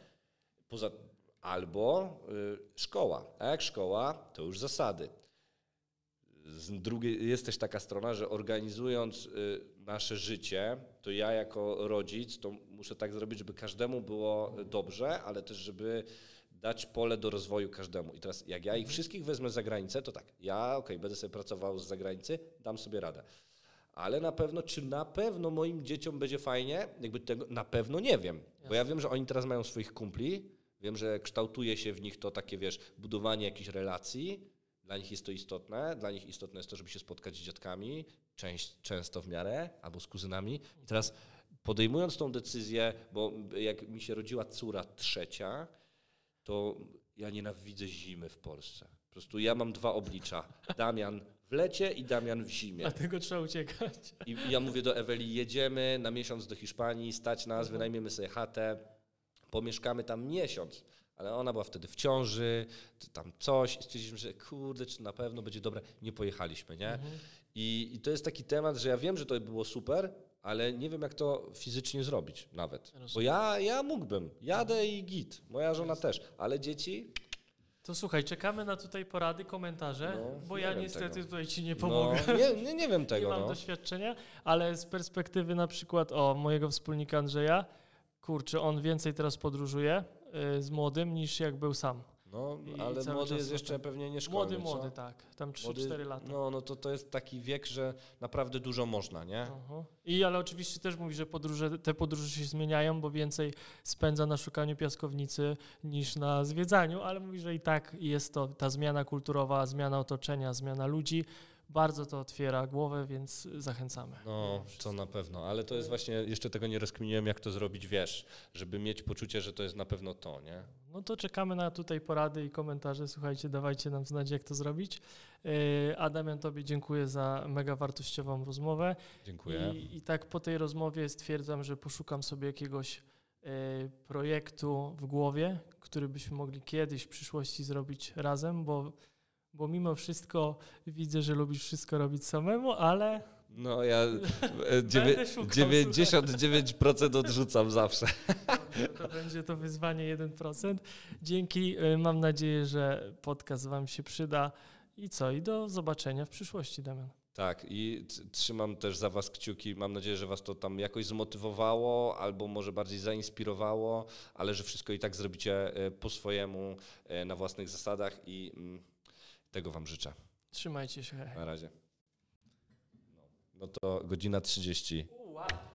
albo szkoła. A jak szkoła, to już zasady. Z drugiej jest też taka strona, że organizując nasze życie, to ja jako rodzic to muszę tak zrobić, żeby każdemu było dobrze, ale też żeby dać pole do rozwoju każdemu. I teraz jak ja ich wszystkich wezmę za granicę, to tak, ja będę sobie pracował z zagranicy, dam sobie radę. Ale na pewno, czy na pewno moim dzieciom będzie fajnie, jakby tego na pewno nie wiem. Bo ja wiem, że oni teraz mają swoich kumpli, wiem, że kształtuje się w nich to takie, wiesz, budowanie jakichś relacji. Dla nich jest to istotne. Dla nich istotne jest to, żeby się spotkać z dziadkami, często w miarę, albo z kuzynami. I teraz podejmując tą decyzję, bo jak mi się rodziła córa 3, to ja nienawidzę zimy w Polsce. Po prostu ja mam 2 oblicza. Damian w lecie i Damian w zimie. Dlatego trzeba uciekać. I ja mówię do Eweli, jedziemy na miesiąc do Hiszpanii, stać nas, wynajmiemy sobie chatę, pomieszkamy tam miesiąc. Ale ona była wtedy w ciąży, tam coś i stwierdziliśmy, że kurde, czy na pewno będzie dobre. Nie pojechaliśmy, nie? I to jest taki temat, że ja wiem, że to było super, ale nie wiem, jak to fizycznie zrobić nawet. Bo ja mógłbym, jadę i git, moja żona też, ale dzieci... To słuchaj, czekamy na tutaj porady, komentarze, bo ja niestety tego. tutaj ci nie pomogę. Nie wiem tego. Nie mam doświadczenia, ale z perspektywy na przykład mojego wspólnika Andrzeja, kurczę, on więcej teraz podróżuje z młodym niż jak był sam. No, ale młody jest jeszcze pewnie nieszkolny. Młody, tak. Tam 3-4 lata. No to jest taki wiek, że naprawdę dużo można, nie? Ale oczywiście też mówi, że te podróże się zmieniają, bo więcej spędza na szukaniu piaskownicy niż na zwiedzaniu, ale mówi, że i tak jest to ta zmiana kulturowa, zmiana otoczenia, zmiana ludzi. Bardzo to otwiera głowę, więc zachęcamy. No, to na pewno, ale to jest właśnie, jeszcze tego nie rozkminiłem, jak to zrobić, wiesz, żeby mieć poczucie, że to jest na pewno to, nie? No to czekamy na tutaj porady i komentarze. Słuchajcie, dawajcie nam znać, jak to zrobić. Damian, tobie dziękuję za mega wartościową rozmowę. Dziękuję. I tak po tej rozmowie stwierdzam, że poszukam sobie jakiegoś projektu w głowie, który byśmy mogli kiedyś w przyszłości zrobić razem, bo mimo wszystko widzę, że lubisz wszystko robić samemu, ale... No ja 99% 99% odrzucam zawsze. To będzie to wyzwanie 1%. Dzięki, mam nadzieję, że podcast wam się przyda i do zobaczenia w przyszłości, Damian. Tak, i trzymam też za was kciuki. Mam nadzieję, że was to tam jakoś zmotywowało albo może bardziej zainspirowało, ale że wszystko i tak zrobicie po swojemu, na własnych zasadach i tego wam życzę. Trzymajcie się. Hej. Na razie. No to godzina 30.